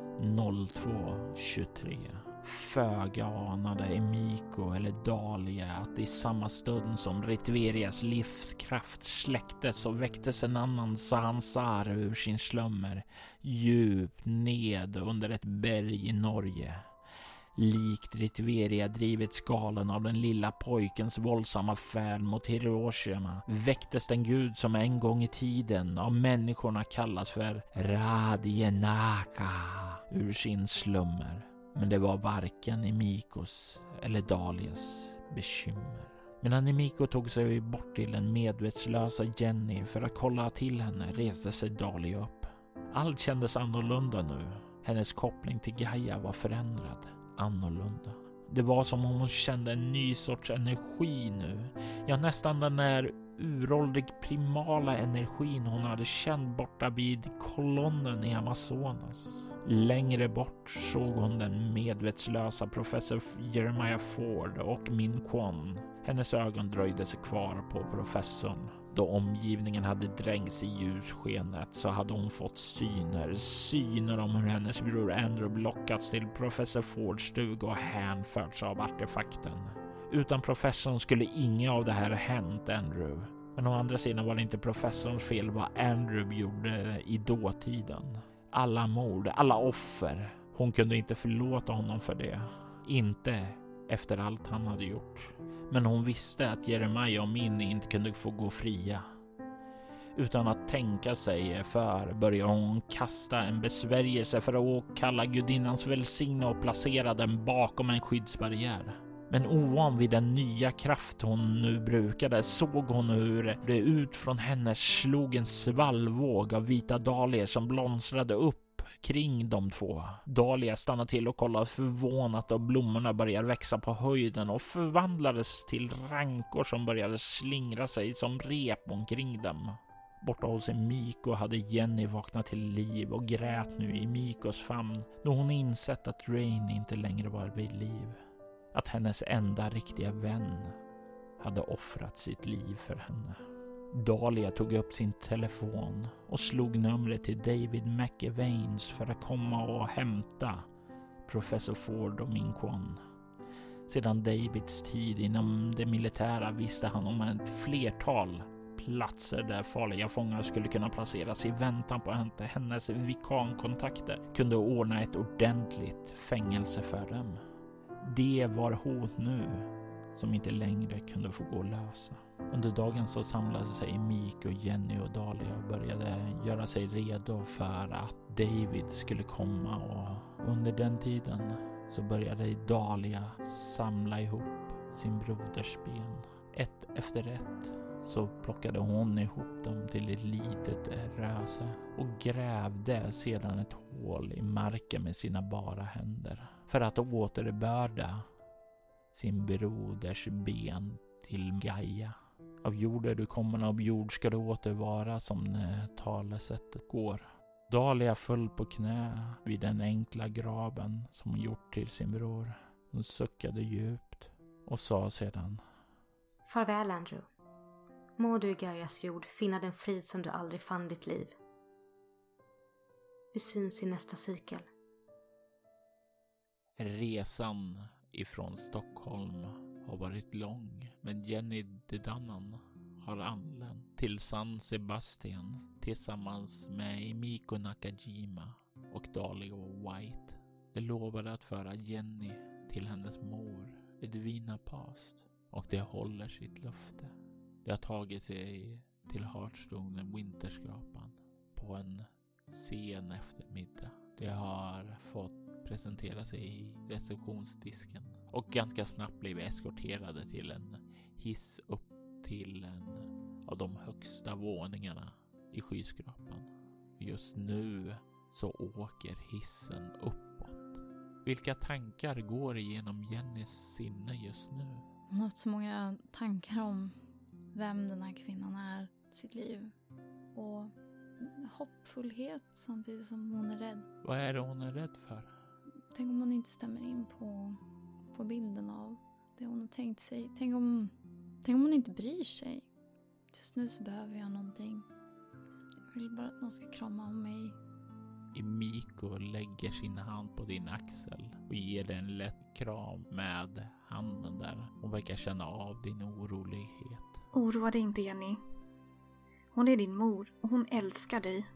två tjugotre. Föga anade Emiko eller Dahlia att i samma stund som Ritverias livskraft släcktes och väcktes en annan Sahansar ur sin slummer djupt ned under ett berg i Norge. Likt Ritveria drivit skalen av den lilla pojkens våldsamma färd mot Hiroshima väcktes den gud som en gång i tiden av människorna kallas för Radienaka ur sin slummer. Men det var varken Emikos eller Dahlias bekymmer. Medan Emiko tog sig bort till den medvetslösa Jenny för att kolla till henne reste sig Dahlia upp. Allt kändes annorlunda nu. Hennes koppling till Gaia var förändrad. Annorlunda. Det var som om hon kände en ny sorts energi nu. Ja, nästan den där uråldrig primala energin hon hade känt borta vid kolonnen i Amazonas. Längre bort såg hon den medvetslösa professor Jeremiah Ford och Min Kwon. Hennes ögon dröjde sig kvar på professorn. Då omgivningen hade dränkts i ljusskenet så hade hon fått syner. Syner om hur hennes bror Andrew lockats till professor Fords stuga och hänförts av artefakten. Utan professorn skulle inget av det här ha hänt Andrew. Men å andra sidan var det inte professorns fel vad Andrew gjorde i dåtiden. Alla mord, alla offer. Hon kunde inte förlåta honom för det. Inte efter allt han hade gjort. Men hon visste att Jeremiah och Minnie inte kunde få gå fria. Utan att tänka sig för började hon kasta en besvärjelse för att kalla gudinnans välsigna och placera den bakom en skyddsbarriär. Men ovan vid den nya kraft hon nu brukade såg hon hur det ut från henne slog en svallvåg av vita dahlior som blomstrade upp kring de två. Dahlia stannade till och kollade förvånat och blommorna började växa på höjden och förvandlades till rankor som började slingra sig som rep omkring dem. Borta hos Emiko hade Jenny vaknat till liv och grät nu i Mikos famn då hon insett att Rain inte längre var vid liv. Att hennes enda riktiga vän hade offrat sitt liv för henne. Dahlia tog upp sin telefon och slog numret till David McEvains för att komma och hämta professor Ford och Min Kwon. Sedan Davids tid inom det militära visste han om ett flertal platser där farliga fångar skulle kunna placeras i väntan på att hennes vikankontakter kunde ordna ett ordentligt fängelse för dem. Det var hot nu som inte längre kunde få gå att lösa. Under dagen så samlade sig Emiko, Jenny och Dahlia och började göra sig redo för att David skulle komma, och under den tiden så började Dahlia samla ihop sin broders ben. Ett efter ett så plockade hon ihop dem till ett litet röse och grävde sedan ett hål i marken med sina bara händer för att återbörda sin broders ben till Gaia. Av jord är du kommen, av jord ska du återvara, som talesättet går. Dahlia föll på knä vid den enkla graven som hon gjort till sin bror. Hon suckade djupt och sa sedan: Farväl Andrew. Må du i Gaias jord finna den frid som du aldrig fann ditt liv. Vi syns i nästa cykel. Resan ifrån Stockholm har varit lång, men Jenny Dedannan har anlänt till San Sebastian tillsammans med Miko Nakajima och Dahlia White. De lovade att föra Jenny till hennes mor, Edwina Past, och det håller sitt löfte. De har tagit sig till Hearthstone Winterskrapan på en sen eftermiddag. De har fått presentera sig i receptionsdisken och ganska snabbt blivit eskorterade till en hiss upp till en av de högsta våningarna i skyskrapan. Just nu så åker hissen uppåt. Vilka tankar går igenom Jennys sinne just nu? Hon har haft så många tankar om vem den här kvinnan är, sitt liv och hoppfullhet samtidigt som hon är rädd. Vad är det hon är rädd för? Tänk om hon inte stämmer in på, på bilden av det hon har tänkt sig. Tänk om, tänk om hon inte bryr sig. Just nu så behöver jag någonting. Jag vill bara att någon ska krama om mig. Miko lägger sin hand på din axel och ger dig en lätt kram med handen där. Hon verkar känna av din orolighet. Oroa dig inte, Jenny. Hon är din mor och hon älskar dig.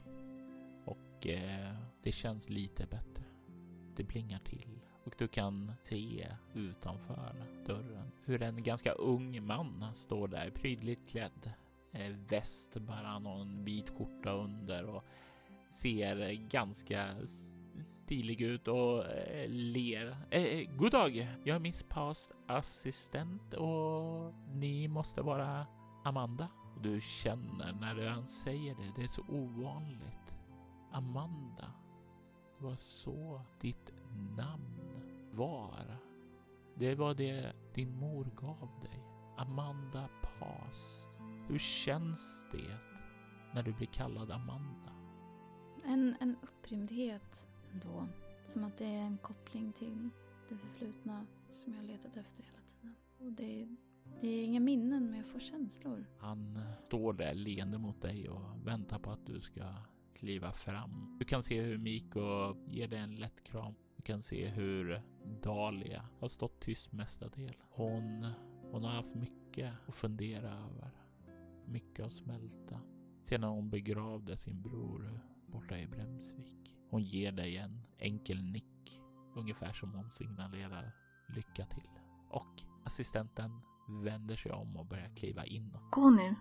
Och eh, det känns lite bättre. Det blingar till och du kan se utanför dörren hur en ganska ung man står där prydligt klädd. Eh, väst bara, han har en vit skjorta under och ser ganska stilig ut och eh, ler. Eh, god dag, jag är Miss Past assistent och ni måste vara Amanda. Och du känner när han säger det, det är så ovanligt. Amanda, det var så ditt namn var. Det var det din mor gav dig. Amanda Past. Hur känns det när du blir kallad Amanda? En, en upprymdhet ändå. Som att det är en koppling till det förflutna som jag har letat efter hela tiden. Och det, det är inga minnen, men jag får känslor. Han står där leende mot dig och väntar på att du ska kliva fram. Du kan se hur Miko ger dig en lätt kram. Du kan se hur Dahlia har stått tyst mestadel. Hon, hon har haft mycket att fundera över. Mycket att smälta. Sedan hon begravde sin bror borta i Bremsvik. Hon ger dig en enkel nick. Ungefär som hon signalerar lycka till. Och assistenten vänder sig om och börjar kliva in. Gå nu.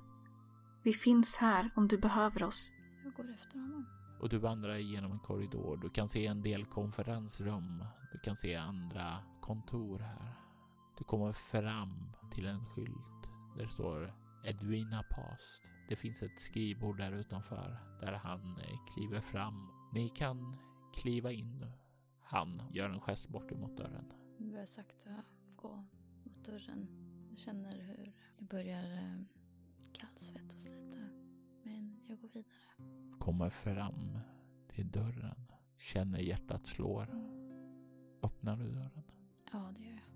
Vi finns här om du behöver oss. Jag går efter honom. Och du vandrar igenom en korridor. Du kan se en del konferensrum. Du kan se andra kontor här. Du kommer fram till en skylt där det står Edwina Past. Det finns ett skrivbord där utanför där han kliver fram. Ni kan kliva in nu. Han gör en gest bort emot dörren. Jag börjar sakta gå mot dörren. Jag känner hur jag börjar eh, kallsvettas lite. Men jag går vidare. Kommer fram till dörren. Känner hjärtat slår. Öppnar du dörren? Ja, det gör jag.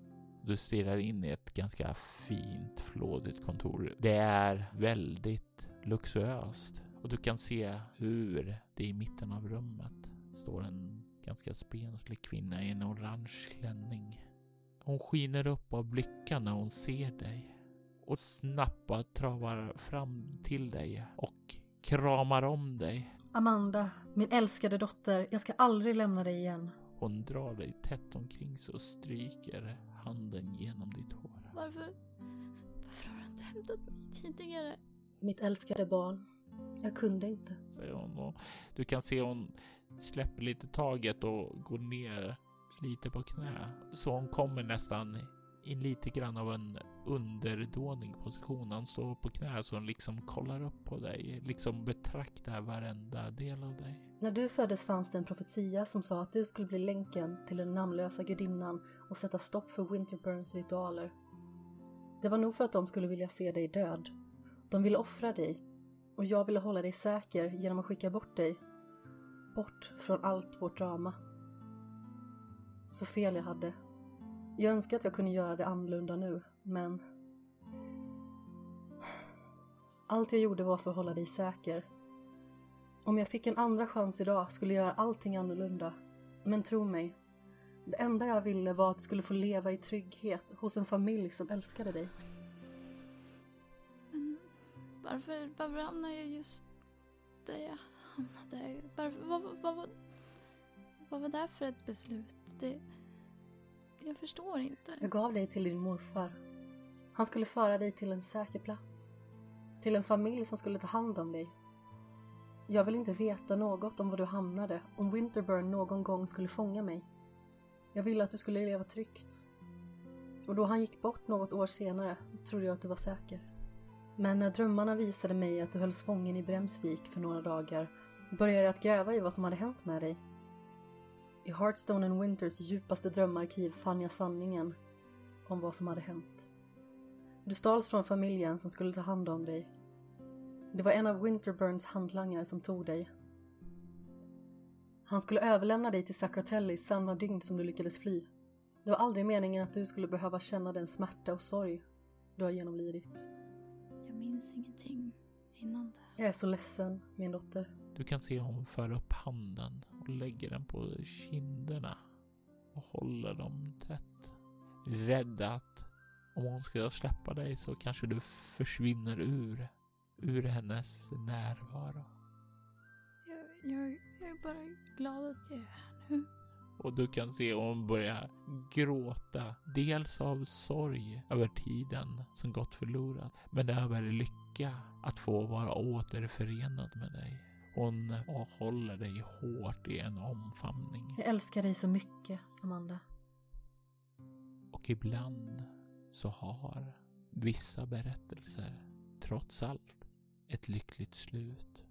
Du stirrar in i ett ganska fint, flådigt kontor. Det är väldigt luxuöst. Och du kan se hur det i mitten av rummet står en ganska spenslig kvinna i en orange klänning. Hon skiner upp av blicken när hon ser dig. Och snabbt travar fram till dig och kramar om dig. Amanda, min älskade dotter, jag ska aldrig lämna dig igen. Hon drar dig tätt omkring sig och stryker handen genom ditt hår. Varför? Varför har du inte hämtat mig tidigare? Mitt älskade barn, jag kunde inte. Säger hon och du kan se hon släpper lite taget och går ner lite på knä. Så hon kommer nästan in lite grann av en underdånig position. Han står på knä så hon liksom kollar upp på dig. Liksom betraktar varenda del av dig. När du föddes fanns det en profetia som sa att du skulle bli länken till den namnlösa gudinnan och sätta stopp för Winterburns ritualer. Det var nog för att de skulle vilja se dig död. De ville offra dig. Och jag ville hålla dig säker genom att skicka bort dig. Bort från allt vårt drama. Så fel jag hade. Jag önskar att jag kunde göra det annorlunda nu, men allt jag gjorde var för att hålla dig säker. Om jag fick en andra chans idag skulle jag göra allting annorlunda. Men tro mig, Det enda jag ville var att du skulle få leva i trygghet hos en familj som älskade dig. Men varför, varför hamnade jag just där jag hamnade? Varför, vad, vad, vad, vad, vad var det för ett beslut? Det, jag förstår inte. Jag gav dig till din morfar. Han skulle föra dig till en säker plats. Till en familj som skulle ta hand om dig. Jag vill inte veta något om var du hamnade om Winterburn någon gång skulle fånga mig. Jag ville att du skulle leva tryggt. Och då han gick bort något år senare trodde jag att du var säker. Men när drömmarna visade mig att du hölls fången i Bremsvik för några dagar började jag att gräva i vad som hade hänt med dig. I Hearthstone and Winters djupaste drömarkiv fann jag sanningen om vad som hade hänt. Du stals från familjen som skulle ta hand om dig. Det var en av Winterburns handlangare som tog dig. Han skulle överlämna dig till Sacratelli samma dygn som du lyckades fly. Det var aldrig meningen att du skulle behöva känna den smärta och sorg du har genomlidit. Jag minns ingenting innan det. Jag är så ledsen, min dotter. Du kan se hon för upp handen och lägger den på kinderna och håller dem tätt. Rädd att om hon ska släppa dig så kanske du försvinner ur, ur hennes närvaro. Jag, jag, jag är bara glad att jag är här nu. Och du kan se hon börjar gråta. Dels av sorg över tiden som gått förlorad. Men över lycka att få vara återförenad med dig. Hon håller dig hårt i en omfamning. Jag älskar dig så mycket, Amanda. Och ibland så har vissa berättelser trots allt ett lyckligt slut.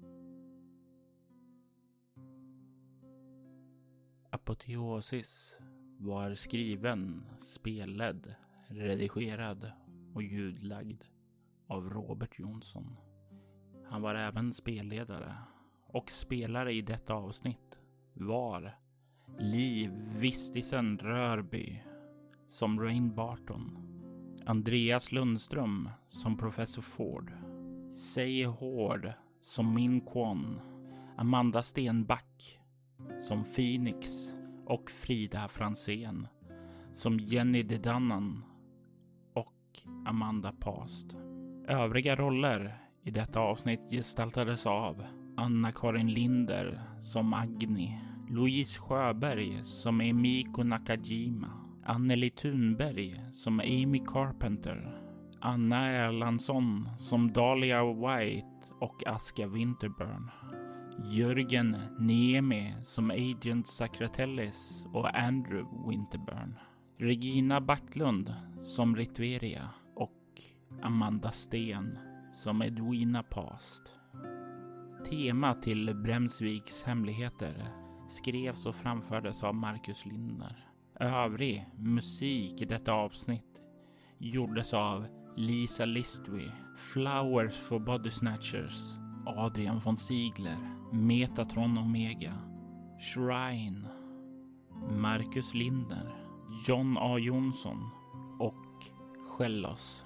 Apoteosis var skriven, spelad, redigerad och ljudlagd av Robert Jonsson. Han var även spelledare och spelare i detta avsnitt var Liv Vistisen Rörby som Rain Barton, Andreas Lundström som Professor Ford, Sei Hård som Min Kwon, Amanda Stenback som Phoenix och Frida Fransén som Jenny Dedannan och Amanda Past. Övriga roller i detta avsnitt gestaltades av Anna-Karin Linder som Agni, Louise Sjöberg som Emiko Nakajima, Anneli Thunberg som Amy Carpenter, Anna Erlandsson som Dahlia White och Aska Winterburn, Jörgen Niemi som Agent Sacratellis och Andrew Winterburn, Regina Backlund som Ritveria och Amanda Sten som Edwina Past. Tema till Bremsviks hemligheter skrevs och framfördes av Marcus Linder. Övrig musik i detta avsnitt gjordes av Lisa Listwy, Flowers for Body Snatchers, Adrian von Ziegler, Metatron Omega, Shrine, Marcus Linder, John A. Jonsson och Shellos.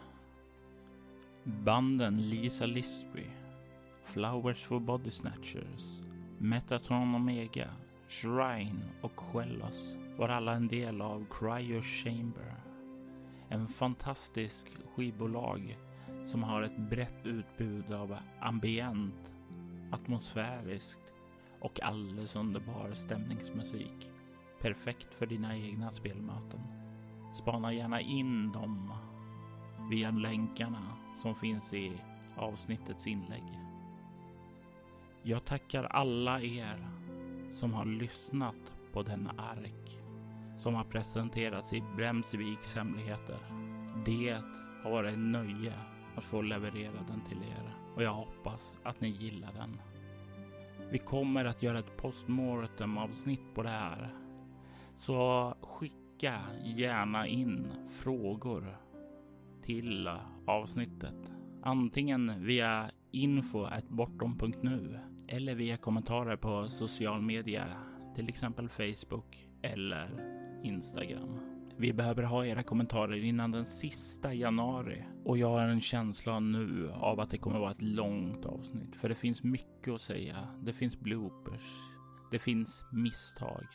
Banden Lisa Listwy, Flowers for Body Snatchers, Metatron Omega, Shrine och Shellos var alla en del av Cryo Chamber. En fantastisk skivbolag som har ett brett utbud av ambient, atmosfäriskt och alldeles underbar stämningsmusik. Perfekt för dina egna spelmöten. Spana gärna in dem via länkarna som finns i avsnittets inlägg. Jag tackar alla er som har lyssnat på denna ark som har presenterats i Bremsviks hemligheter. Det har varit en nöje att få leverera den till er och jag hoppas att ni gillar den. Vi kommer att göra ett postmortem avsnitt på det här. Så skicka gärna in frågor till avsnittet. Antingen via info at bortom punkt nu eller via kommentarer på social media, till exempel Facebook eller Instagram. Vi behöver ha era kommentarer innan den sista januari och jag har en känsla nu av att det kommer vara ett långt avsnitt för det finns mycket att säga. Det finns bloopers, det finns misstag,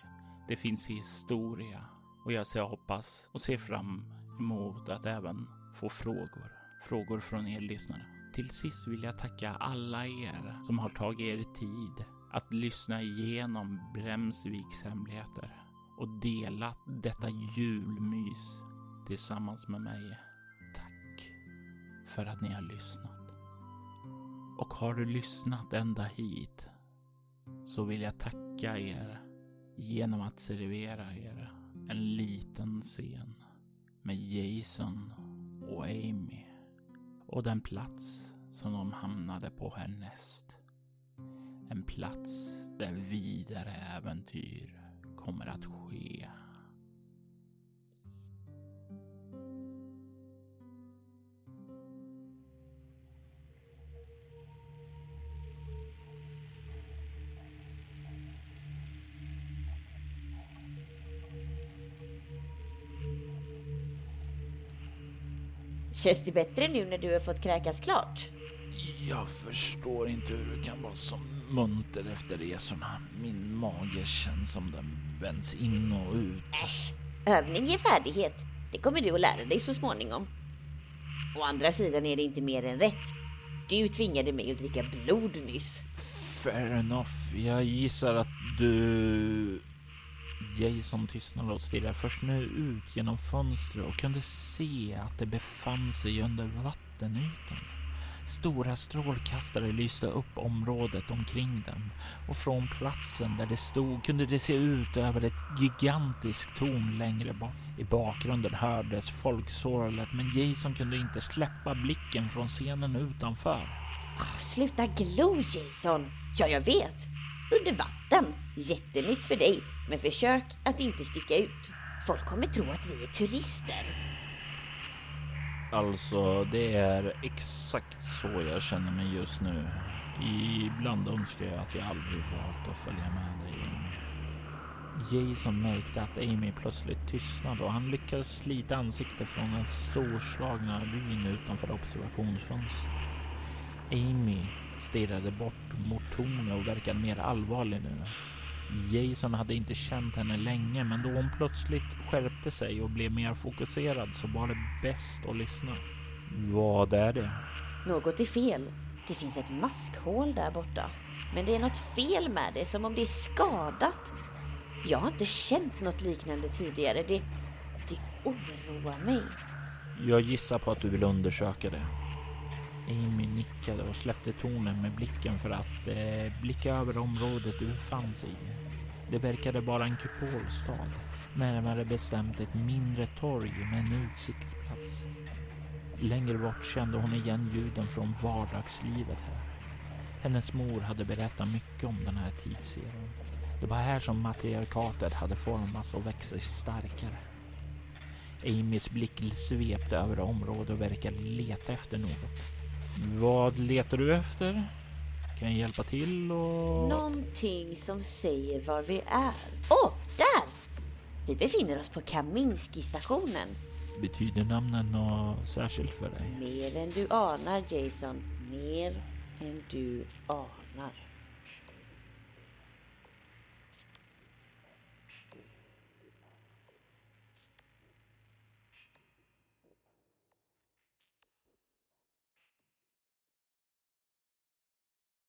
Det finns historia och jag ser hoppas och ser fram emot att även få frågor. Frågor från er lyssnare. Till sist vill jag tacka alla er som har tagit er tid att lyssna igenom Bremsviks hemligheter och delat detta julmys tillsammans med mig. Tack för att ni har lyssnat. Och har du lyssnat ända hit så vill jag tacka er genom att servera er en liten scen med Jason och Amy och den plats som de hamnade på härnäst. En plats där vidare äventyr kommer att ske. Känns det bättre nu när du har fått kräkas klart? Jag förstår inte hur du kan vara så munter efter resorna. Min mage känns som den vänds in och ut. Äsch, övning ger färdighet. Det kommer du att lära dig så småningom. Å andra sidan är det inte mer än rätt. Du tvingade mig att dricka blod nyss. Fair enough. Jag gissar att du... Jason tystnade och stirrade först nu ut genom fönstret och kunde se att det befann sig under vattenytan. Stora strålkastare lyste upp området omkring dem och från platsen där det stod kunde det se ut över ett gigantiskt torn längre bort. I bakgrunden hördes folksorlet men Jason kunde inte släppa blicken från scenen utanför. Oh, sluta glo, Jason. Ja, jag vet. Under vatten. Jättenytt för dig. Men försök att inte sticka ut. Folk kommer tro att vi är turister. Alltså, det är exakt så jag känner mig just nu. Ibland önskar jag att jag aldrig valt att följa med dig, Amy. Jason märkte att Amy plötsligt tystnade och han lyckades slita ansiktet från den storslagna vyn utanför observationsfönstret. Amy stirrade bort mot tornet och verkade mer allvarlig nu. Jason hade inte känt henne länge, men då hon plötsligt skärpte sig och blev mer fokuserad så var det bäst att lyssna. Vad är det? Något är fel. Det finns ett maskhål där borta. Men det är något fel med det, som om det är skadat. Jag har inte känt något liknande tidigare. Det, det oroar mig. Jag gissar på att du vill undersöka det. Amy nickade och släppte tonen med blicken för att eh, blicka över området du befann sig i. Det verkade vara en kupolstad, närmare bestämt ett mindre torg med en utsiktsplats. Längre bort kände hon igen ljuden från vardagslivet här. Hennes mor hade berättat mycket om den här tidserien. Det var här som matriarkatet hade formats och växt sig starkare. Amys blick svepte över området och verkade leta efter något. Vad letar du efter? Kan jag hjälpa till och... Någonting som säger var vi är. Åh, oh, där! Vi befinner oss på Kaminski-stationen. Betyder namnen något särskilt för dig? Mer än du anar, Jason. Mer än du anar.